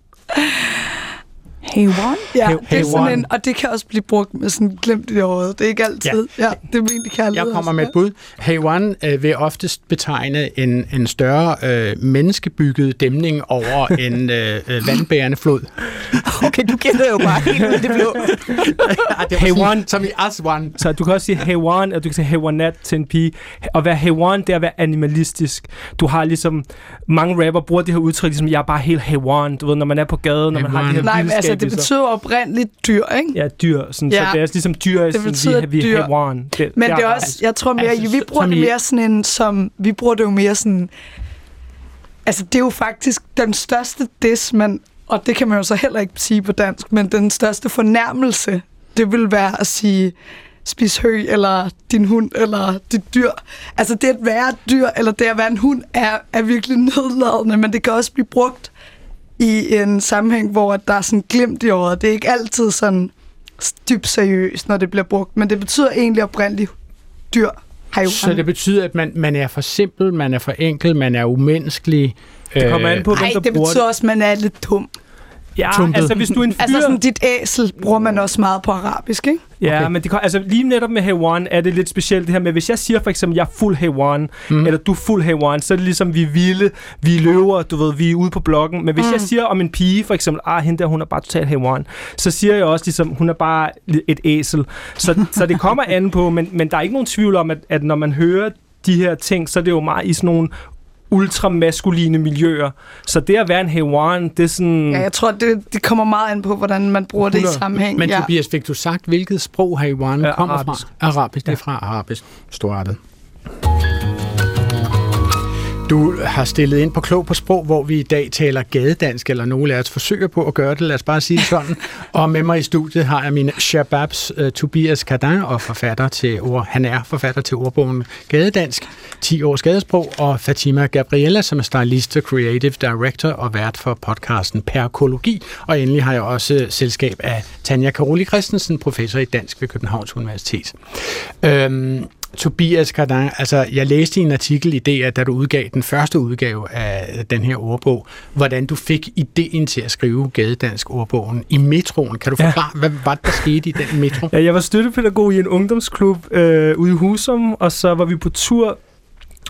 Haywan? Ja, det er sådan en, og det kan også blive brugt med sådan glemt i øjet. Det er ikke altid. Ja, det er virkelig kærlighed. Jeg kommer med et bud. Haywan vil oftest betegne en større menneskebygget dæmning over en vandbærende flod. Okay, du kender jo bare helt ud i det blå. Haywan, som i Aswan. Så du kan også sige Haywan, og du kan sige Haywanat til en pige. At være Haywan, det er at være animalistisk. Du har ligesom, mange rapper bruger det her udtryk, ligesom, jeg er bare helt Haywan. Du ved, når man er på gaden, når man har de her altså, det betyder oprindeligt dyr, ikke? Ja, dyr. Sådan, så det er ligesom dyr, det betyder vi dyr. Haywan. Men det er også, jeg tror mere, vi bruger det mere sådan en, som, vi bruger det jo mere sådan, altså det er jo faktisk den største diss, og det kan man jo så heller ikke sige på dansk, men den største fornærmelse, det vil være at sige, spis hø, eller din hund, eller dit dyr. Altså det at være dyr, eller det at være en hund, er virkelig nedladende, men det kan også blive brugt i en sammenhæng, hvor der er sådan glimt i øjet. Det er ikke altid sådan dybt seriøst, når det bliver brugt, men det betyder egentlig oprindeligt dyr. Så det betyder, at man er for simpel, man er for enkel, man er umenneskelig. Det kommer an på, hvem der det betyder også, at man er lidt dum. Ja, altså hvis du er en fyr... Altså sådan dit æsel bruger man også meget på arabisk, ikke? Ja, okay. Men det, altså lige netop med Haywan er det lidt specielt det her med, hvis jeg siger for eksempel, jeg er fuld Haywan, eller du er fuld Haywan, så er det ligesom, vi er vilde, vi løver, du ved, vi er ude på bloggen. Men hvis jeg siger om en pige, for eksempel, hende der, hun er bare totalt Haywan, så siger jeg også ligesom, hun er bare et æsel. Så det kommer an på, men der er ikke nogen tvivl om, at når man hører de her ting, så er det jo meget i sådan nogle ultramaskuline miljøer. Så det at være en Haywan, det er sådan... Ja, jeg tror, det kommer meget an på, hvordan man bruger det i sammenhæng. Men Tobias, fik du sagt, hvilket sprog Haywan kommer arabisk. fra? Arabisk, det er fra arabisk. Storartet. Du har stillet ind på Klog på Sprog, hvor vi i dag taler gadedansk, eller nogle af os forsøger på at gøre det, lad os bare sige sådan. Og med mig i studiet har jeg mine shababs, Tobias Cardin, og han er forfatter til ordbogen Gadedansk, 10 års gadesprog, og Fatima Gabriella, som er stylist og creative director og vært for podcasten Perkologi. Og endelig har jeg også selskab af Tanja Karoli Christensen, professor i dansk ved Københavns Universitet. Tobias Cardin, altså jeg læste i en artikel i DR, da du udgav den første udgave af den her ordbog, hvordan du fik ideen til at skrive gadedansk ordbogen i metroen. Kan du forklare, hvad var det, der skete i den metro? Ja, jeg var støttepædagog i en ungdomsklub ude i Husum, og så var vi på tur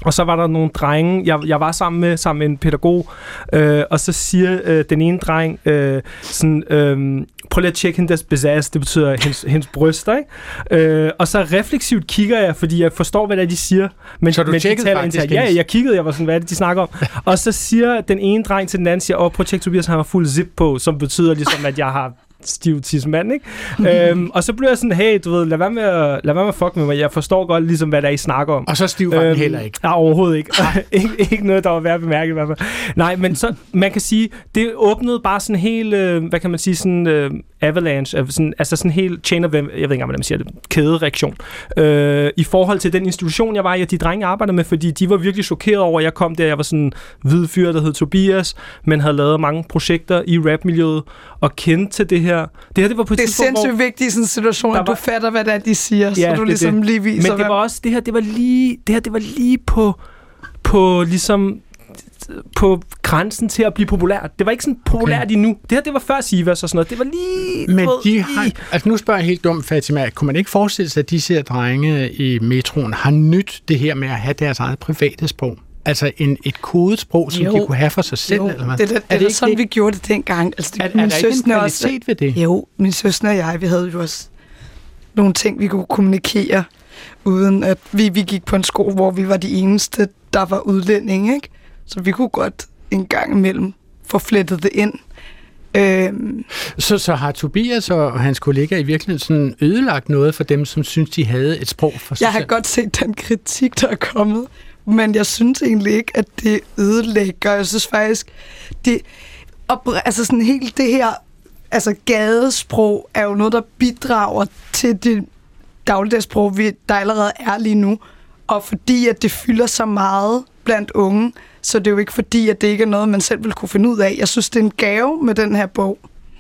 Og så var der nogle drenge, jeg var sammen med en pædagog, og så siger den ene dreng prøv lige at tjekke hendes bezaz, det betyder hendes bryster, ikke? Og så refleksivt kigger jeg, fordi jeg forstår, hvad det er, de siger. Men, så du tjekkede faktisk? Ja, jeg kiggede, jeg var sådan, hvad er det, de snakker om? Og så siger den ene dreng til den anden, prøv at tjekke Tobias, han har fuld zip på, som betyder ligesom, at jeg har stiv tidsmand, ikke? Og så blev jeg sådan, hey, du ved, lad være med at fuck med mig. Jeg forstår godt ligesom, hvad der er, I snakker om. Og så stiv var den heller ikke. Nej, overhovedet ikke. Ikke noget, der var værd at bemærke i hvert fald. Nej, men så, man kan sige, det åbnede bare sådan helt, hvad kan man sige, sådan avalanche, altså sådan helt chain of, jeg ved ikke engang, hvordan man siger det, kædereaktion. I forhold til den institution, jeg var i, og de drenge arbejdede med, fordi de var virkelig chokeret over, at jeg kom der, jeg var sådan en hvid fyr, der hed Tobias, men havde lavet mange projekter i rapmiljøet, og kendte til det her. Det var på et det er sindssygt vigtigt i sådan en situation, at du fatter, hvad det er, de siger, så du ligesom lige viser. Men det var også, det her, det var lige på ligesom på grænsen til at blive populært. Det var ikke sådan populært endnu. Det her, det var før Sivas og sådan noget. Det var lige... Men de har... Altså nu spørger jeg helt dumt, Fatima. Kunne man ikke forestille sig, at disse her drenge i metroen har nyt det her med at have deres eget private sprog? Altså et kodesprog, som de kunne have for sig selv? Eller hvad? Det er det sådan, vi gjorde det dengang. Altså, er der ikke en kvalitet ved det? Jo, min søster og jeg, vi havde jo også nogle ting, vi kunne kommunikere, uden at vi gik på en skole, hvor vi var de eneste, der var udlændinge, ikke? Så vi kunne godt en gang imellem få flettet det ind. Så har Tobias og hans kollegaer i virkeligheden sådan ødelagt noget for dem, som synes, de havde et sprog for sig selv? Jeg har godt set den kritik, der er kommet, men jeg synes egentlig ikke, at det ødelægger. Jeg synes faktisk, altså sådan helt det her, altså gadesprog er jo noget, der bidrager til det dagligdagssprog, der allerede er lige nu. Og fordi, at det fylder så meget blandt unge, så det er jo ikke fordi, at det ikke er noget, man selv vil kunne finde ud af. Jeg synes, det er en gave med den her bog.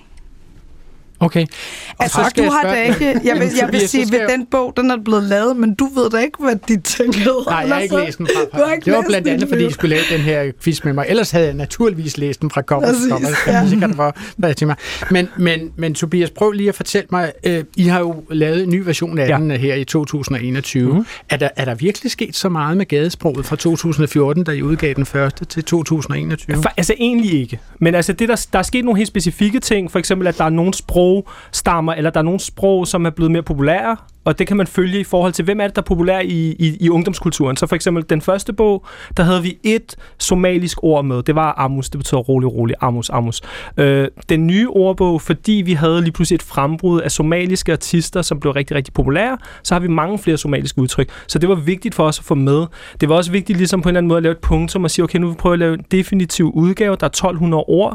Okay. Altså, du har da ikke... Jeg vil sige, at den bog, den er blevet lavet, men du ved da ikke, hvad de tænker. Nej, jeg har ikke læst den fra. Det var blandt andet, fordi I skulle lave den her quiz med mig. Ellers havde jeg naturligvis læst den fra cover til cover. Det kan jeg sikkert være til mig. Men Tobias, prøv lige at fortælle mig. I har jo lavet en ny version af den her i 2021. Mm-hmm. Er der virkelig sket så meget med gadesproget fra 2014, da I udgav den første, til 2021? Altså egentlig ikke. Men altså, der er sket nogle helt specifikke ting. For eksempel, at der er nogle stammer, eller der er nogle sprog, som er blevet mere populære, og det kan man følge i forhold til, hvem er det, der er populær i ungdomskulturen. Så for eksempel den første bog, der havde vi et somalisk ord med. Det var Amus, det betyder rolig, Amus. Den nye ordbog, fordi vi havde lige pludselig et frembrud af somaliske artister, som blev rigtig, rigtig populære, så har vi mange flere somaliske udtryk. Så det var vigtigt for os at få med. Det var også vigtigt ligesom på en eller anden måde at lave et punktum og sige, okay, nu vil vi prøve at lave en definitiv udgave. Der er 1200 ord.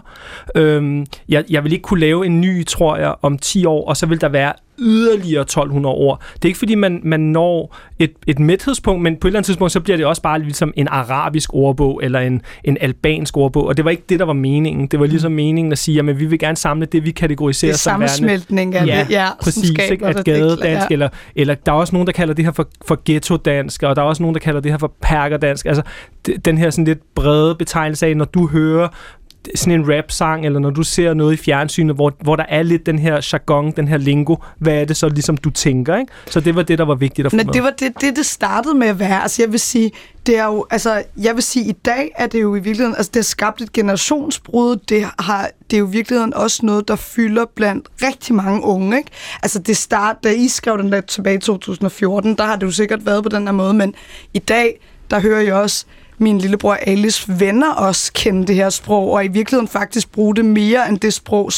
Jeg vil ikke kunne lave en ny, tror jeg, om 10 år, og så vil der være yderligere 1200 ord. Det er ikke fordi, man når et mæthedspunkt, men på et eller andet tidspunkt, så bliver det også bare ligesom en arabisk ordbog, eller en albansk ordbog, og det var ikke det, der var meningen. Det var ligesom meningen at sige, jamen vi vil gerne samle det, vi kategoriserer som værende. Det er sammensmeltning af det, ja. Præcis, ikke? At gadedansk, eller der er også nogen, der kalder det her for ghetto-dansk, og der er også nogen, der kalder det her for perkerdansk. Altså, den her sådan lidt brede betegnelse af, når du hører sådan en rap-sang, eller når du ser noget i fjernsynet, hvor der er lidt den her jargon, den her lingo, hvad er det så ligesom du tænker, ikke? Så det var det, der var vigtigt at få med. Men det var det startede med at være. Altså jeg vil sige, det er jo, altså jeg vil sige, i dag er det jo i virkeligheden, altså det har skabt et generationsbrud, det er jo i virkeligheden også noget, der fylder blandt rigtig mange unge, ikke? Altså det da I skrev den der tilbage i 2014, der har det jo sikkert været på den her måde, men i dag, der hører jeg også min lillebror Alice venner også kende det her sprog, og i virkeligheden faktisk bruge det mere end det sprog,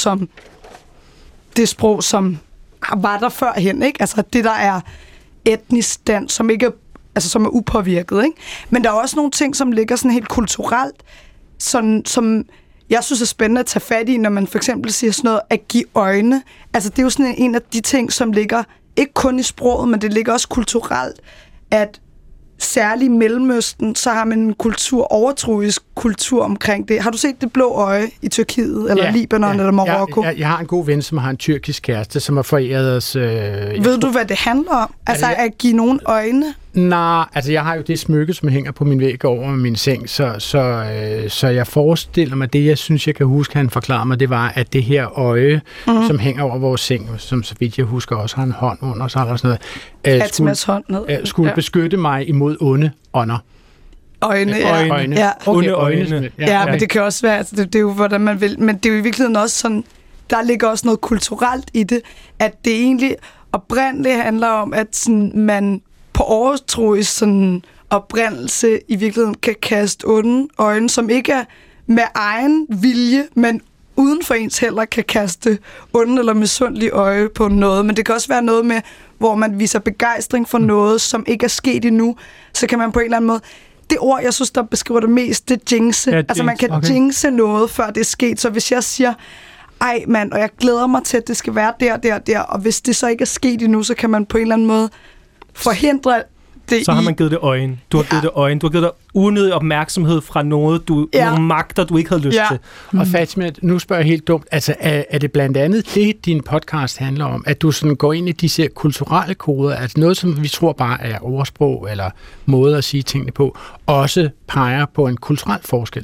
som var der førhen, ikke? Altså det, der er etnisk dansk, som ikke er, altså som er upåvirket, ikke? Men der er også nogle ting, som ligger sådan helt kulturelt, sådan, som jeg synes er spændende at tage fat i, når man for eksempel siger sådan noget at give øjne. Altså det er jo sådan en af de ting, som ligger ikke kun i sproget, men det ligger også kulturelt, at særligt i Mellemøsten, så har man en overtroisk kultur omkring det. Har du set Det blå øje i Tyrkiet, eller Libanon, eller Marokko? Jeg har en god ven, som har en tyrkisk kæreste, som har foræret os... Ved du, hvad det handler om? Altså at give nogen øjne? Nej, altså jeg har jo det smykke, som hænger på min væg over min seng, så jeg forestiller mig, det jeg synes, jeg kan huske, han forklarer mig, det var, at det her øje, som hænger over vores seng, som så vidt jeg husker også har en hånd under, så er der sådan noget, skulle beskytte mig imod onde ånder. Øjne. Ja. Onde øjne. Ja, men det kan også være, altså, det er jo, hvordan man vil. Men det er jo i virkeligheden også sådan, der ligger også noget kulturelt i det, at det egentlig oprindeligt handler om, at sådan, man på overtroisk sådan oprindelse i virkeligheden kan kaste onde øjne, som ikke er med egen vilje, men uden for ens heller kan kaste onde eller misundelige øje på noget. Men det kan også være noget med, hvor man viser begejstring for noget, som ikke er sket endnu. Så kan man på en eller anden måde... Det ord, jeg synes, der beskriver det mest, det er jinxe. Ja, altså man kan jinxe noget, før det er sket. Så hvis jeg siger, ej mand, og jeg glæder mig til, at det skal være der, og hvis det så ikke er sket endnu, så kan man på en eller anden måde forhindre det. Så har man givet det øjne. Du har givet det øjne. Du har givet dig unødig opmærksomhed fra noget, nogle magter, du ikke havde lyst til. Og Fatima, nu spørger jeg helt dumt, altså er det blandt andet det, din podcast handler om, at du sådan går ind i disse kulturelle koder, altså noget, som vi tror bare er ordsprog, eller måde at sige tingene på, også peger på en kulturel forskel?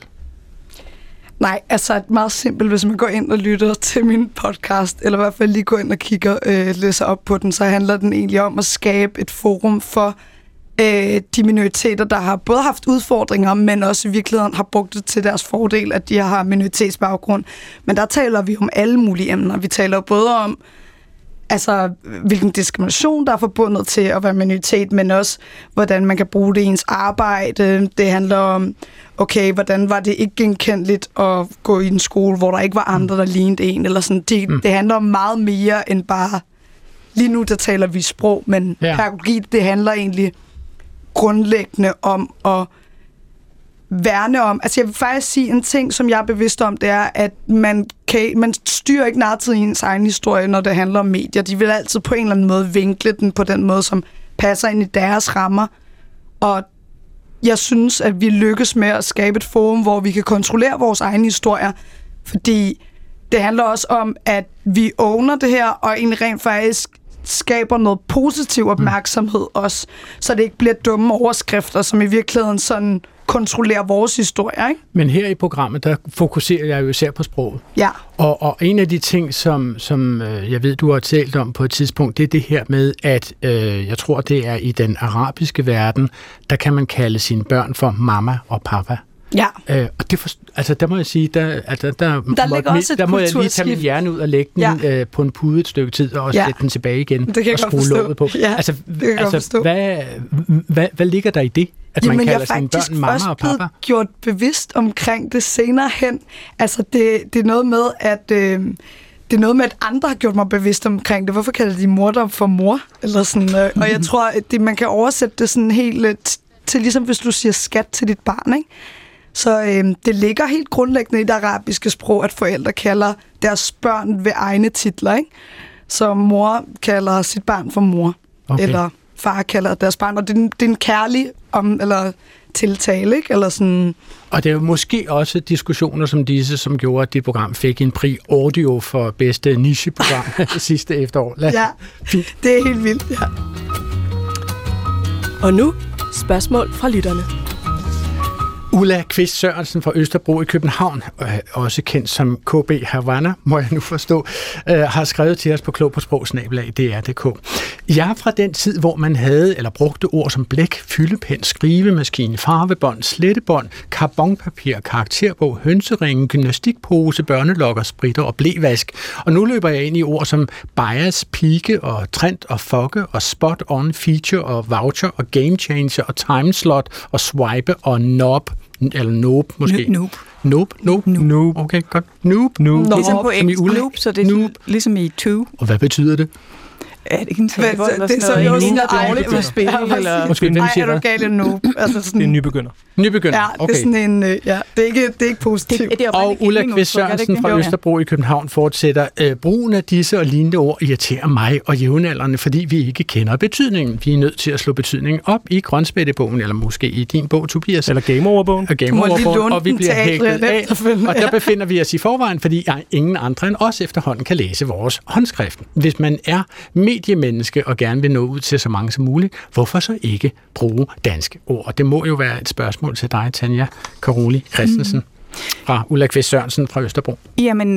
Nej, altså meget simpelt, hvis man går ind og lytter til min podcast, eller i hvert fald lige går ind og kigger, læser op på den, så handler den egentlig om at skabe et forum for de minoriteter, der har både haft udfordringer, men også i virkeligheden har brugt det til deres fordel, at de har minoritetsbaggrund. Men der taler vi om alle mulige emner. Vi taler både om, altså, hvilken diskrimination, der er forbundet til at være minoritet, men også, hvordan man kan bruge det i ens arbejde. Det handler om, okay, hvordan var det ikke genkendeligt at gå i en skole, hvor der ikke var andre, der lignede en, eller sådan. Det handler om meget mere end bare, lige nu der taler vi sprog, men pædagogik, det handler egentlig grundlæggende om at værne om. Altså jeg vil faktisk sige en ting, som jeg er bevidst om, det er, at man styrer ikke narrativet i ens egen historie, når det handler om medier. De vil altid på en eller anden måde vinkle den på den måde, som passer ind i deres rammer. Og jeg synes, at vi lykkes med at skabe et forum, hvor vi kan kontrollere vores egne historier, fordi det handler også om, at vi owner det her, og egentlig rent faktisk skaber noget positiv opmærksomhed også, så det ikke bliver dumme overskrifter, som i virkeligheden sådan kontrollerer vores historie, ikke? Men her i programmet, der fokuserer jeg jo især på sproget. Ja. Og en af de ting, som jeg ved, du har talt om på et tidspunkt, det er det her med, at jeg tror, det er i den arabiske verden, der kan man kalde sine børn for mamma og papa. Ja. Og det der må jeg sige, der må jeg lige tage min hjerne ud og lægge den på en pude et stykke tid, og sætte den tilbage igen og skrue låget på. Ja, hvad ligger der i det, at man kalder sine børn mamma og papa? Jeg er faktisk gjort bevidst omkring det senere hen. Altså, det er noget med, at... Det er noget med, at andre har gjort mig bevidst omkring det. Hvorfor kalder de mor der for mor? Eller sådan, og jeg tror, at man kan oversætte det sådan helt til, ligesom hvis du siger skat til dit barn, ikke? Så det ligger helt grundlæggende i det arabiske sprog, at forældre kalder deres børn ved egne titler, ikke? Så mor kalder sit barn for mor, eller far kalder deres barn, og det er en kærlig eller tiltale, ikke? Eller sådan. Og det er jo måske også diskussioner som disse, som gjorde, at det program fik en Prix Audio for bedste nicheprogram sidste efterår. Ja, det er helt vildt, ja. Og nu spørgsmål fra lytterne. Ulla Kvist Sørensen fra Østerbro i København, også kendt som KB Havana, må jeg nu forstå, har skrevet til os på klogpåsprog@dr.dk. Jeg er fra den tid, hvor man havde eller brugte ord som blæk, fyldepen, skrivemaskine, farvebånd, slettebånd, karbonpapir, karakterbog, hønseringe, gymnastikpose, børnelokker, spritter og blevask. Og nu løber jeg ind i ord som bias, pike og trend og fokke og spot on, feature og voucher og game changer og timeslot og swipe og knob. Eller noob, måske. Noob. Okay, godt. Noob. Ligesom på engelsk noob, så det er ligesom i to. Og hvad betyder det? Er det ikke en taber eller sådan noget? Det er så ligner dårligt med spil, eller... Måske nej, er du galt en noob? Altså sådan, det er en nybegynder. Nybegynder, okay. Ja, det er sådan en... det er ikke positivt. Og Ulla Kvist Sørensen fra Østerbro i København fortsætter. Brugen af disse og lignende ord irriterer mig og jævnaldrende, fordi vi ikke kender betydningen. Vi er nødt til at slå betydningen op i Grønspættebogen, eller måske i din bog, Tobias. Eller Game Over-bogen. Og vi bliver hækket af. Og der befinder vi os i forvejen, fordi ingen andre end os efterhånden kan læse vores håndskrift. Hvis man er mediemenneske og gerne vil nå ud til så mange som muligt, hvorfor så ikke bruge danske ord? Og det må jo være et spørgsmål til dig, Tanja Karoli Christensen. Fra Ulla Kvist Sørensen fra Østerbro. Jamen,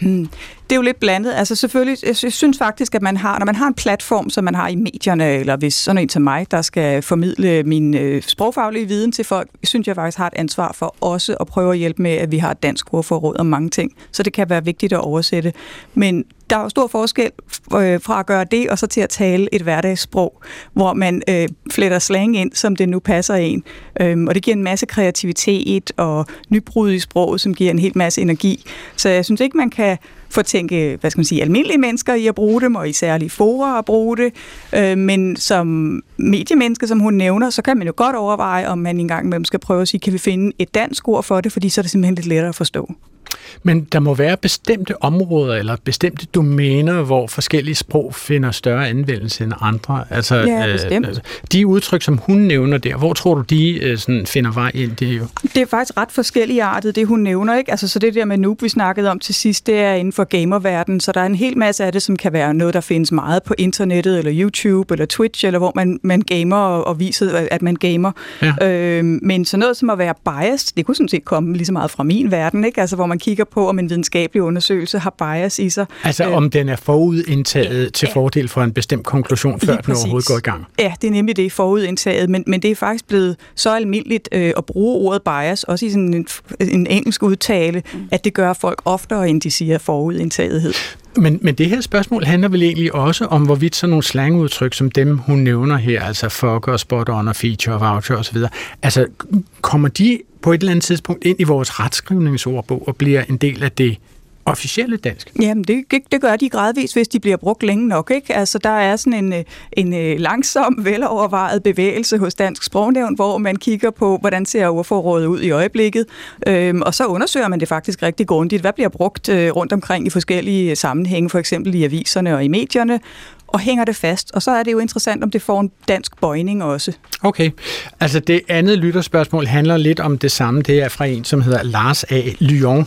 det er jo lidt blandet. Altså selvfølgelig, jeg synes faktisk, at når man har en platform, som man har i medierne, eller hvis sådan en til mig, der skal formidle min sprogfaglige viden til folk, synes jeg faktisk har et ansvar for også at prøve at hjælpe med, at vi har et dansk ordforråd om mange ting. Så det kan være vigtigt at oversætte. Men der er jo stor forskel fra at gøre det, og så til at tale et hverdagssprog, hvor man fletter slang ind, som det nu passer en. Og det giver en masse kreativitet og nybrud i sproget, som giver en hel masse energi. Så jeg synes ikke, man kan fortænke, almindelige mennesker i at bruge dem, og i særlige fora at bruge det. Men som mediemenneske, som hun nævner, så kan man jo godt overveje, om man engang imellem skal prøve at sige, kan vi finde et dansk ord for det, fordi så er det simpelthen lidt lettere at forstå. Men der må være bestemte områder eller bestemte domæner, hvor forskellige sprog finder større anvendelse end andre. Altså, ja, bestemt. De udtryk, som hun nævner der, hvor tror du, de sådan finder vej ind? Det er faktisk ret forskelligartet, det hun nævner, ikke? Altså, så det der med Noob, vi snakkede om til sidst, det er inden for gamerverdenen, så der er en hel masse af det, som kan være noget, der findes meget på internettet, eller YouTube, eller Twitch, eller hvor man gamer og viser, at man gamer. Ja. Men så noget som at være biased, det kunne sådan set komme lige så meget fra min verden, ikke? Altså, hvor man kigger på, om en videnskabelig undersøgelse har bias i sig. Altså om den er forudindtaget til fordel for en bestemt konklusion, før den overhovedet går i gang. Ja, det er nemlig det, forudindtaget, men det er faktisk blevet så almindeligt at bruge ordet bias, også i sådan en engelsk udtale, at det gør folk oftere, end de siger forudindtagethed. Men det her spørgsmål handler vel egentlig også om, hvorvidt sådan nogle slangudtryk, som dem hun nævner her, altså fucker, spot on og feature, voucher osv., altså kommer de på et eller andet tidspunkt ind i vores retskrivningsordbog og bliver en del af det officielle dansk? Jamen, det gør de gradvist, hvis de bliver brugt længe nok, ikke? Altså, der er sådan en langsom, velovervejet bevægelse hos Dansk Sprognævn, hvor man kigger på, hvordan ser ordforrådet ud i øjeblikket, og så undersøger man det faktisk rigtig grundigt. Hvad bliver brugt rundt omkring i forskellige sammenhænge, for eksempel i aviserne og i medierne, og hænger det fast. Og så er det jo interessant, om det får en dansk bøjning også. Okay. Altså det andet lytterspørgsmål handler lidt om det samme. Det er fra en, som hedder Lars A. Lyon.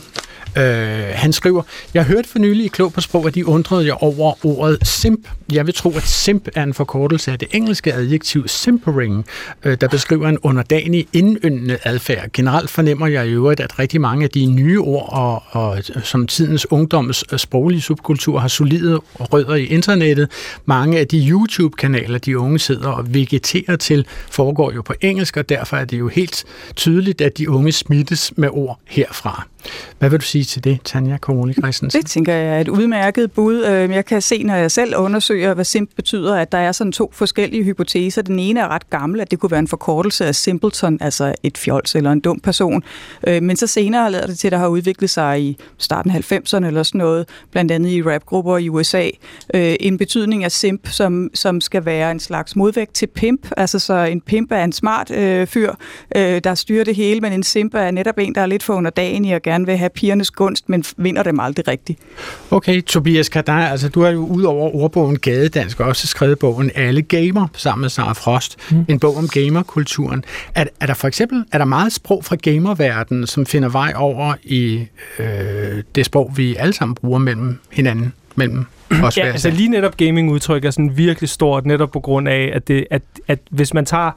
Han skriver, jeg hørte for nylig i Klog på Sprog, at de undrede jer over ordet simp. Jeg vil tro, at simp er en forkortelse af det engelske adjektiv simpering, der beskriver en underdanig, indyndende adfærd. Generelt fornemmer jeg i øvrigt, at rigtig mange af de nye ord, og som tidens ungdoms sproglige subkultur har solide rødder i internettet. Mange af de YouTube-kanaler, de unge sidder og vegeterer til, foregår jo på engelsk, og derfor er det jo helt tydeligt, at de unge smittes med ord herfra. Hvad vil du sige til det, Tanja Koroli Christensen? Det tænker jeg er et udmærket bud. Jeg kan se, når jeg selv undersøger, hvad simp betyder, at der er sådan to forskellige hypoteser. Den ene er ret gammel, at det kunne være en forkortelse af simpleton, altså et fjols eller en dum person. Men så senere lader det til, at der har udviklet sig i starten af 90'erne eller sådan noget, blandt andet i rapgrupper i USA. En betydning af simp, som skal være en slags modvægt til pimp. Altså så en pimp er en smart fyr, der styrer det hele, men en simp er netop en, der er lidt for underdanig og gerne vil have pigernes gunst, men vinder dem aldrig rigtigt. Okay, Tobias Kadar, altså du har jo ud over ordbogen Gadedansk også skrevet bogen Alle Gamer sammen med Sara Frost, en bog om gamerkulturen. Er der for eksempel meget sprog fra gamerverdenen, som finder vej over i det sprog, vi alle sammen bruger mellem hinanden? Ja, altså lige netop gaming-udtryk er sådan virkelig stort, netop på grund af, at hvis man tager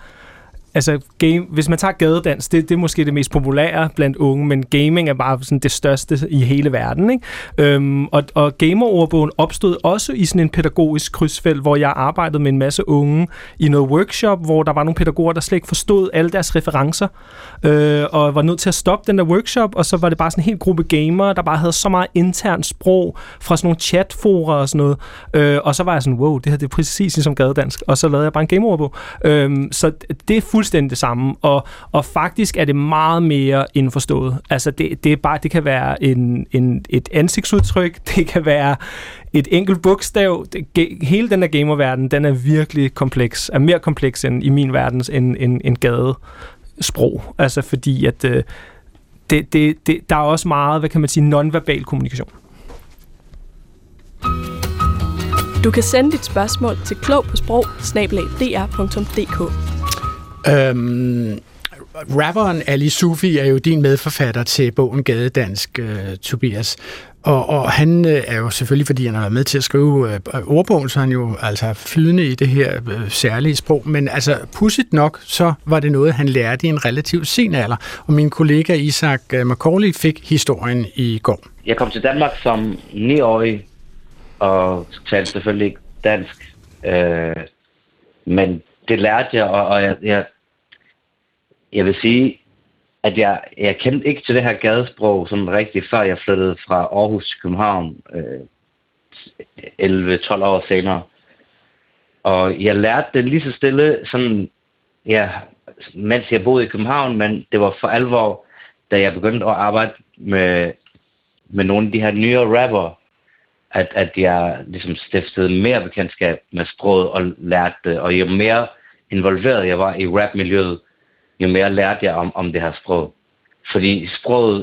hvis man tager gadedans, det er måske det mest populære blandt unge, men gaming er bare sådan det største i hele verden, ikke? Og gamerordbogen opstod også i sådan en pædagogisk krydsfelt, hvor jeg arbejdede med en masse unge i noget workshop, hvor der var nogle pædagoger, der slet ikke forstod alle deres referencer, og var nødt til at stoppe den der workshop, og så var det bare sådan en hel gruppe gamere, der bare havde så meget internt sprog fra sådan nogle chatforer og sådan noget, og så var jeg sådan, wow, det her det er præcis ligesom gadedansk, og så lavede jeg bare en gamerordbog. Så det er fuldstændig det samme, og faktisk er det meget mere indforstået. Altså det kan være et ansigtsudtryk, det kan være et enkelt bogstav. Hele den der gamerverden, den er virkelig kompleks, er mere kompleks end i min verden end gadesprog. Altså fordi at der er også meget, hvad kan man sige, nonverbal kommunikation. Du kan sende dit spørgsmål til klogpåsprog@dr.dk. Rapperen Ali Sufi er jo din medforfatter til bogen Gadedansk, Tobias. Og han er jo selvfølgelig, fordi han har været med til at skrive ordbogen, så han jo altså flydende i det her særlige sprog. Men altså, pudsigt nok, så var det noget, han lærte i en relativt sen alder. Og min kollega Isak Macaulay fik historien i går. Jeg kom til Danmark som 9-årig og talte selvfølgelig ikke dansk. Men det lærte jeg, og jeg vil sige, at jeg kendte ikke til det her gadesprog sådan rigtigt, før jeg flyttede fra Aarhus til København 11-12 år senere. Og jeg lærte det lige så stille, sådan, ja, mens jeg boede i København, men det var for alvor, da jeg begyndte at arbejde med nogle af de her nyere rapper, at jeg ligesom stiftede mere bekendtskab med sproget og lærte det. Og jo mere involveret jeg var i rapmiljøet, jo mere lærte jeg om det her sprog. Fordi sproget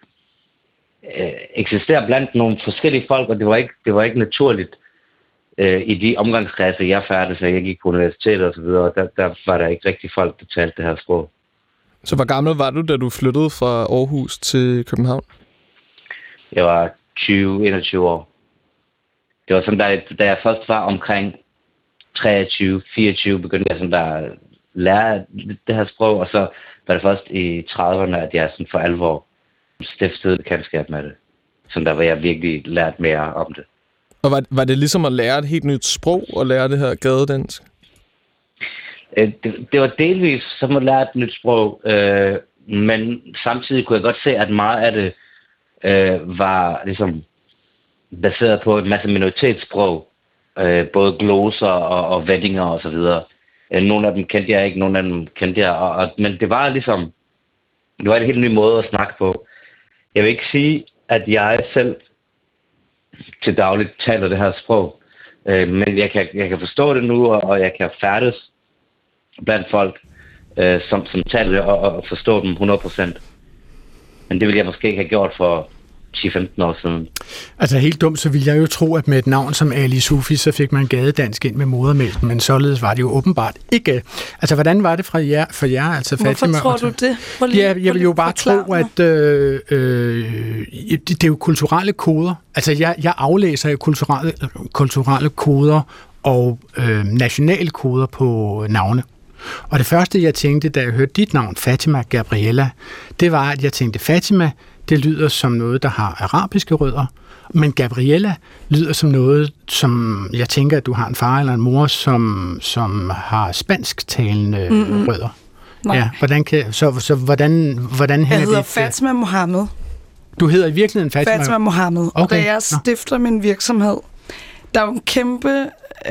eksisterer blandt nogle forskellige folk, og det var ikke naturligt i de omgangskredse, jeg færdes, så jeg gik på universitetet og så videre. Der var der ikke rigtig folk, der talte det her sprog. Så hvor gammel var du, da du flyttede fra Aarhus til København? Jeg var 20-21 år. Det var sådan, da jeg først var omkring 23-24, begyndte jeg sådan der lære det her sprog, og så var det først i 30'erne, at jeg sådan for alvor stiftede bekendtskab med det. Sådan der, hvor jeg virkelig lærte mere om det. Og var det ligesom at lære et helt nyt sprog, og lære det her gadedansk? Det var delvis som at lære et nyt sprog, men samtidig kunne jeg godt se, at meget af det var ligesom baseret på en masse minoritetssprog, både gloser og vendinger og så videre. Nogle af dem kendte jeg ikke, nogle af dem kendte jeg, men det var ligesom, det var en helt ny måde at snakke på. Jeg vil ikke sige, at jeg selv til dagligt taler det her sprog, men jeg kan forstå det nu, og jeg kan færdes blandt folk, som taler det og forstå dem 100%. Men det ville jeg måske ikke have gjort for 10-15 år siden. Altså helt dumt, så ville jeg jo tro, at med et navn som Ali Sufi, så fik man gadedansk ind med modermælken, men således var det jo åbenbart ikke. Altså, hvordan var det for jer, altså Fatima? Hvorfor tror du det? Jeg vil jo bare tro, at det er jo kulturelle koder. Altså, jeg aflæser jo kulturelle koder og nationale koder på navne. Og det første, jeg tænkte, da jeg hørte dit navn, Fatima Gabriella, det var, at jeg tænkte, Fatima, det lyder som noget, der har arabiske rødder, men Gabriella lyder som noget, som jeg tænker, at du har en far eller en mor, som har spansktalende rødder. Nej. Ja, hvordan jeg hedder Fatima Mohammed. Du hedder i virkeligheden Fatima Mohammed. Okay. Og da jeg stifter min virksomhed, der er jo en kæmpe...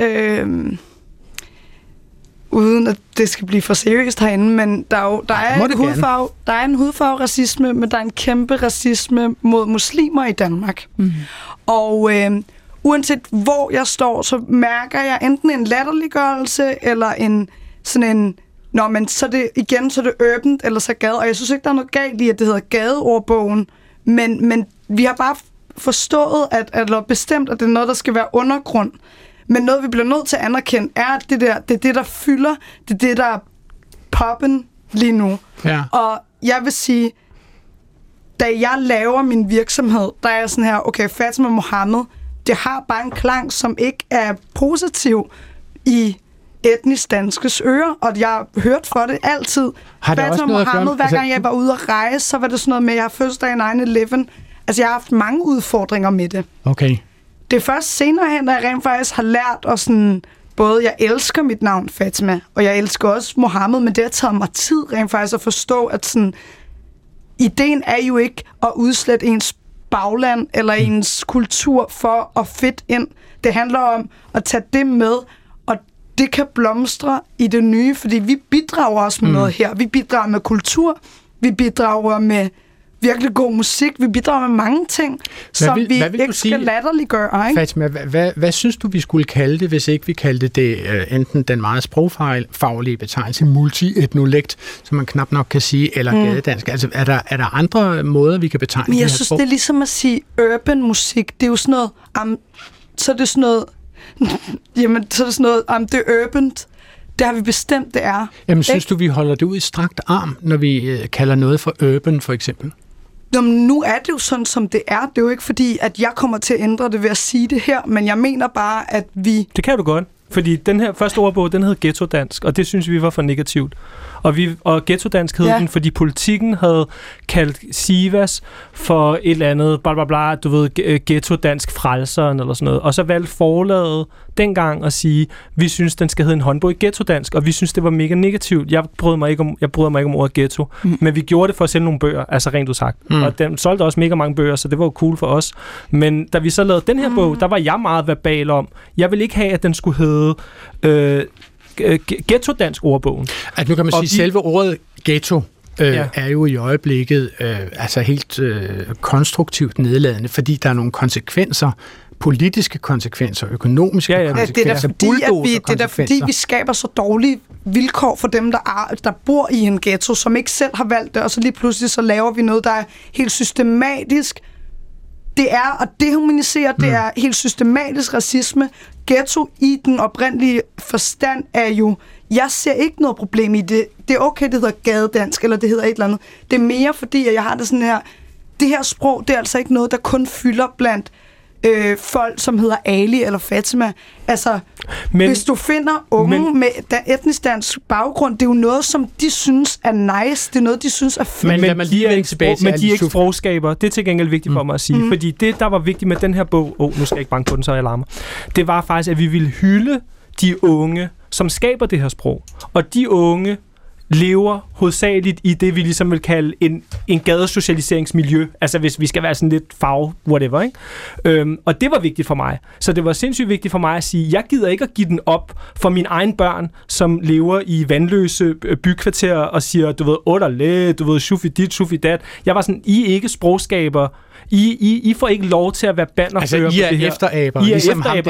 uden at det skal blive for seriøst herinde, men der er en hudfarve-racisme, men der er en kæmpe racisme mod muslimer i Danmark. Mm. Og uanset hvor jeg står, så mærker jeg enten en latterliggørelse, eller men så er det igen, så er det urban, eller så gade. Og jeg synes ikke, der er noget galt i, at det hedder gadeordbogen, men vi har bare forstået, eller bestemt, at det er noget, der skal være undergrund. Men noget, vi bliver nødt til at anerkende, er, at det er det, der fylder. Det er det, der er poppen lige nu. Ja. Og jeg vil sige, da jeg laver min virksomhed, der er jeg sådan her, okay, Fatima Mohammed, det har bare en klang, som ikke er positiv i etnisk danskes ører, og jeg har hørt for det altid. Fatima Mohammed, hver gang jeg var ude at rejse, så var det sådan noget med, at jeg har fødselsdag i 9/11. Altså, jeg har haft mange udfordringer med det. Okay. Det er først senere hen, at jeg rent faktisk har lært, og sådan, både jeg elsker mit navn Fatima, og jeg elsker også Mohammed, men det har taget mig tid rent faktisk at forstå, at sådan, ideen er jo ikke at udslette ens bagland eller ens kultur for at fit ind. Det handler om at tage det med, og det kan blomstre i det nye, fordi vi bidrager også med noget her. Vi bidrager med kultur, vi bidrager med virkelig god musik. Vi bidrager med mange ting, som vi ikke skal latterliggøre. Fatima, hvad synes du, vi skulle kalde det, hvis ikke vi kaldte det enten den meget sprogfaglige betegnelse multietnolekt, som man knap nok kan sige, eller gadedansk? Altså, er der andre måder, vi kan betegne det her? Men jeg synes, det er ligesom at sige urban musik. Det er jo sådan noget... så er det sådan noget... jamen, så er det sådan noget... det er urban. Det har vi bestemt, det er. Jamen, synes du, vi holder det ud i strakt arm, når vi kalder noget for urban, for eksempel? Nu er det jo sådan, som det er. Det er jo ikke fordi, at jeg kommer til at ændre det ved at sige det her, men jeg mener bare, at vi... Det kan du godt, fordi den her første ordbog, den hed ghetto-dansk, og det synes vi var for negativt. Og ghetto-dansk hed den, fordi politikken havde kaldt Sivas for et eller andet, bla bla bla, du ved, ghetto-dansk frelseren eller sådan noget. Og så valgte forlaget dengang at sige, vi synes, den skal hedde en håndbog i ghetto-dansk, og vi synes, det var mega negativt. Jeg bryder mig ikke om ordet ghetto, men vi gjorde det for at sælge nogle bøger, altså rent udsagt. Og den solgte også mega mange bøger, så det var jo cool for os. Men da vi så lavede den her bog, der var jeg meget verbal om, jeg ville ikke have, at den skulle hedde ghetto-dansk ordbogen. At nu kan man sige, selve ordet ghetto er jo i øjeblikket altså helt konstruktivt nedladende, fordi der er nogle konsekvenser, politiske konsekvenser, økonomiske konsekvenser, det er fordi, vi skaber så dårlige vilkår for dem, der bor i en ghetto, som ikke selv har valgt det, og så lige pludselig så laver vi noget, der er helt systematisk. Det er at dehumanisere, det er helt systematisk racisme. Ghetto i den oprindelige forstand er jo, jeg ser ikke noget problem i det. Det er okay, det hedder gadedansk, eller det hedder et eller andet. Det er mere fordi, at jeg har det sådan her, det her sprog, det er altså ikke noget, der kun fylder blandt folk, som hedder Ali eller Fatima. Altså, hvis du finder unge med etnisk dansk baggrund, det er jo noget, som de synes er nice. Det er noget, de synes er fedt. Men de er ikke sprogskaber. Det er til gengæld vigtigt for mig at sige. Fordi det, der var vigtigt med den her bog, nu skal jeg ikke banke på den, så jeg larmer, det var faktisk, at vi ville hylde de unge, som skaber det her sprog. Og de unge lever hovedsageligt i det, vi ligesom vil kalde en gadesocialiseringsmiljø. Altså hvis vi skal være sådan lidt whatever, ikke? Og det var vigtigt for mig. Så det var sindssygt vigtigt for mig at sige, jeg gider ikke at give den op for mine egne børn, som lever i vandløse bykvarterer og siger, du ved, odderlæ, du ved, shufi dit, shufi dat. Jeg var sådan, I er ikke sprogskaber. I får ikke lov til at være bannerfører på det her. I er efteraber. Ligesom ham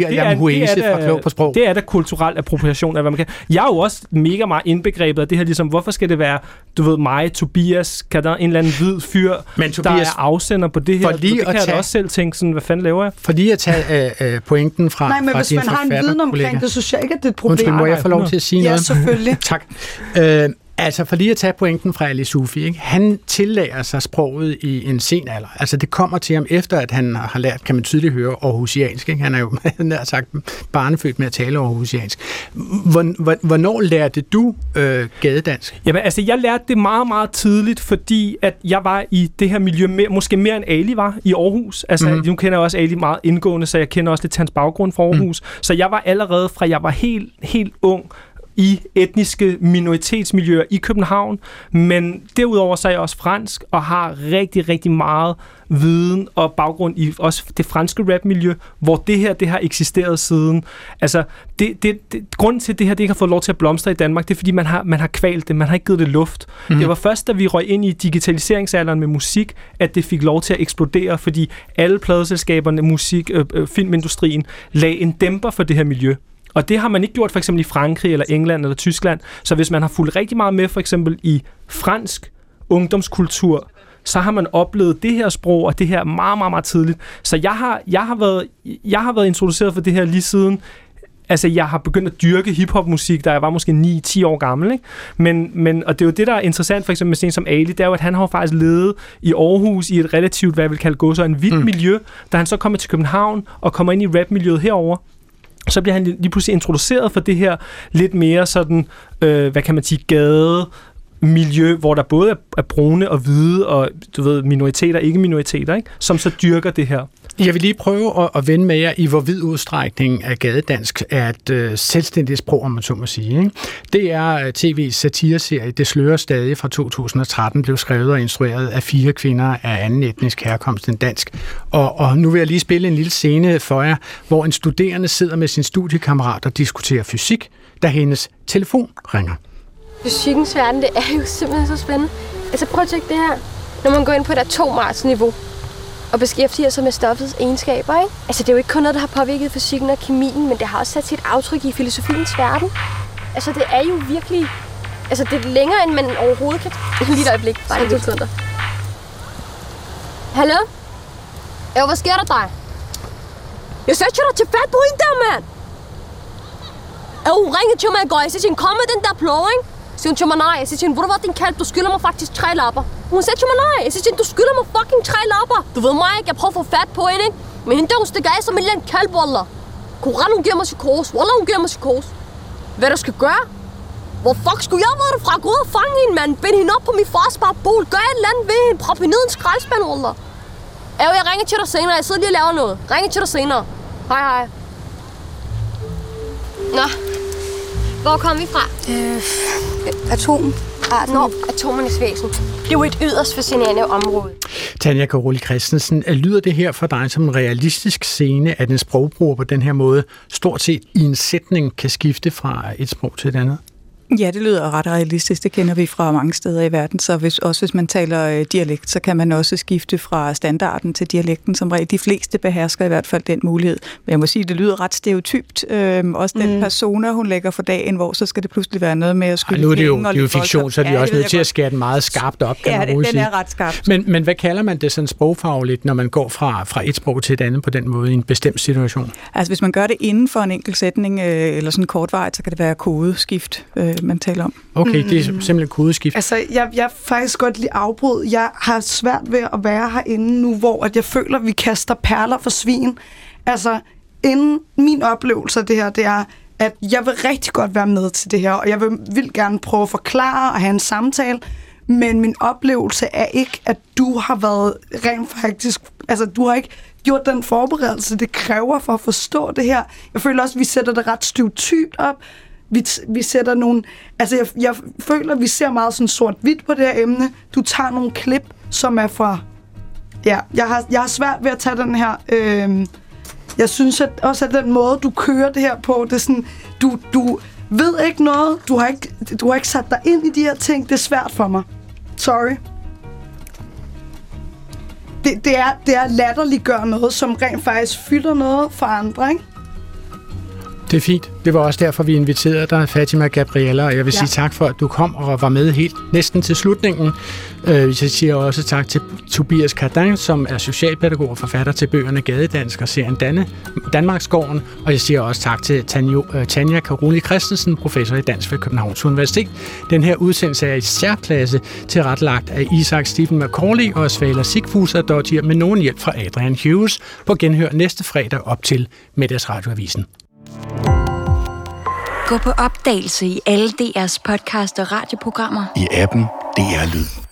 der, det er da kulturel appropriation af, hvad man kan. Jeg er jo også mega meget indbegrebet af det her, ligesom, hvorfor skal det være, du ved, mig, Tobias, kan der en eller anden hvid fyr, Tobias, der er afsender på det her? Det kan jeg da også selv tænke, sådan, hvad fanden laver jeg? For lige at tage pointen fra Nej, men hvis man har en viden omkring det, så synes jeg ikke, at det er et problem. Undskyld, må jeg få lov til at sige noget? Ja, selvfølgelig. Tak. Altså, for lige at tage pointen fra Ali Sufi, ikke? Han tillærer sig sproget i en sen alder. Altså, det kommer til ham efter, at han har lært, kan man tydeligt høre, aarhusiansk. Ikke? Han er jo, nær sagt, barnefødt med at tale aarhusiansk. Hvornår lærte du gadedansk? Jamen, altså, jeg lærte det meget, meget tidligt, fordi at jeg var i det her miljø, måske mere end Ali var i Aarhus. Altså, nu kender jeg også Ali meget indgående, så jeg kender også lidt hans baggrund fra Aarhus. Så jeg var allerede fra, jeg var helt ung, i etniske minoritetsmiljøer i København, men derudover så er jeg også fransk og har rigtig, rigtig meget viden og baggrund i også det franske rapmiljø, hvor det her har eksisteret siden. Altså, grunden til, at det her det ikke har fået lov til at blomstre i Danmark, det er, fordi man har kvalt det, man har ikke givet det luft. Det var først, da vi røg ind i digitaliseringsalderen med musik, at det fik lov til at eksplodere, fordi alle pladeselskaberne, musik, filmindustrien, lagde en dæmper for det her miljø. Og det har man ikke gjort for eksempel i Frankrig eller England eller Tyskland. Så hvis man har fulgt rigtig meget med for eksempel i fransk ungdomskultur, så har man oplevet det her sprog og det her meget, meget, meget tidligt. Så jeg har været introduceret for det her lige siden. Altså, jeg har begyndt at dyrke hiphopmusik, da jeg var måske 9-10 år gammel, ikke? Men, og det er jo det, der er interessant, for eksempel med sådan som Ali, det er jo, at han har faktisk levet i Aarhus i et relativt, hvad jeg vil kalde så en hvidt miljø, da han så kommer til København og kommer ind i rapmiljøet herover. Så bliver han lige pludselig introduceret for det her lidt mere sådan, hvad kan man sige, gademiljø, hvor der både er brune og hvide og, du ved, minoriteter, ikke minoriteter, ikke? Som så dyrker det her. Jeg vil lige prøve at vende med jer i, hvor vid udstrækning af gadedansk er et selvstændigt sprog, om man så må sige. Ikke? Det er TV's satireserie Det slører stadig fra 2013, blev skrevet og instrueret af 4 kvinder af anden etnisk herkomst end dansk. Og nu vil jeg lige spille en lille scene for jer, hvor en studerende sidder med sin studiekammerat og diskuterer fysik, da hendes telefon ringer. Fysikkens verden, det er jo simpelthen så spændende. Altså prøv at tjekke det her. Når man går ind på et atomartsniveau og beskæftiger sig med stoffets egenskaber, ikke? Altså, det er jo ikke kun noget, der har påvirket fysikken og kemien, men det har også sat sit aftryk i filosofiens verden. Altså, det er jo virkelig... Altså, det er længere, end man overhovedet kan... Lige et øjeblik. Bare en sekunder. Hallo? Jo, hvad sker der dig? Jeg sætter dig til fat på hende der, mand! Hun ringede til mig i går. Jeg siger, kom med den der plov, ikke? Siger hun til mig nej. Jeg siger til hende, hvor du var din kalv, du skylder mig faktisk 3 lapper. Hun sagde til mig nej. Jeg siger til hende, du skylder mig fucking 3 lapper. Du ved mig ikke, jeg prøver at få fat på hende, ikke? Men hende der, hun stikker af som en lille kalv, wallah. Koran, hun giver mig psykose. Wallah, hun giver mig psykose. Hvad du skal gøre? Hvor fuck skulle jeg være derfra? Gå ud og fange hende, mand. Bind hende op på min fars barbol. Gør et eller andet ved hende. Prop hende ned i en skraldespand, wallah. Jeg ringer til dig senere. Jeg sidder lige og laver noget. Ringer til dig senere. Hej. Nå. Hvor kom vi fra? Atomernes væsen. Det er jo et yderst fascinerende område. Tanja Karoli Christensen, lyder det her for dig som en realistisk scene, at en sprogbruger på den her måde stort set i en sætning kan skifte fra et sprog til et andet? Ja, det lyder ret realistisk. Det kender vi fra mange steder i verden. Så hvis man taler dialekt, så kan man også skifte fra standarden til dialekten, som regel. De fleste behersker i hvert fald den mulighed. Men jeg må sige, det lyder ret stereotypt. Også den persona, hun lægger for dagen, hvor så skal det pludselig være noget med at skylde nu er det jo fiktion, så er de også nødt til at skære den meget skarpt op, kan man roligt sige. Ja, den er ret skarpt. Men hvad kalder man det sådan sprogfagligt, når man går fra et sprog til et andet på den måde i en bestemt situation? Altså, hvis man gør det inden for en enkelt sætning, eller sådan kortvarigt, så kan det være kodeskift, man taler om. Okay, det er simpelthen kodeskift. Altså, jeg faktisk godt lige afbrud. Jeg har svært ved at være herinde nu, hvor at jeg føler, at vi kaster perler for svin. Altså, inden min oplevelse af det her, det er, at jeg vil rigtig godt være med til det her, og jeg vil gerne prøve at forklare og have en samtale, men min oplevelse er ikke, at du har været rent faktisk... Altså, du har ikke gjort den forberedelse, det kræver for at forstå det her. Jeg føler også, at vi sætter det ret stereotypt op. Vi sætter nogle... Altså, jeg føler, at vi ser meget sådan sort-hvidt på det her emne. Du tager nogle klip, som er fra... Ja, jeg har svært ved at tage den her... jeg synes at også, at den måde, du kører det her på, det er sådan... Du ved ikke noget. Du har ikke sat dig ind i de her ting. Det er svært for mig. Sorry. Det er latterliggør noget, som rent faktisk fylder noget for andre, ikke? Det er fint. Det var også derfor, vi inviterede dig, Fatima Gabriella, og jeg vil sige tak for, at du kom og var med helt næsten til slutningen. Jeg siger også tak til Tobias Cardin, som er socialpædagog og forfatter til bøgerne Gadedansk og serien Danmarksgården, og jeg siger også tak til Tanja Karoli Christensen, professor i dansk ved Københavns Universitet. Den her udsendelse er i særklasse tilrettelagt af Isaac Stephen Macaulay og Svala Sigfusa Dottir med nogen hjælp fra Adrian Hughes på genhør næste fredag op til Middagsradioavisen. Gå på opdagelse i alle DR's podcast og radioprogrammer. I appen DR Lyd.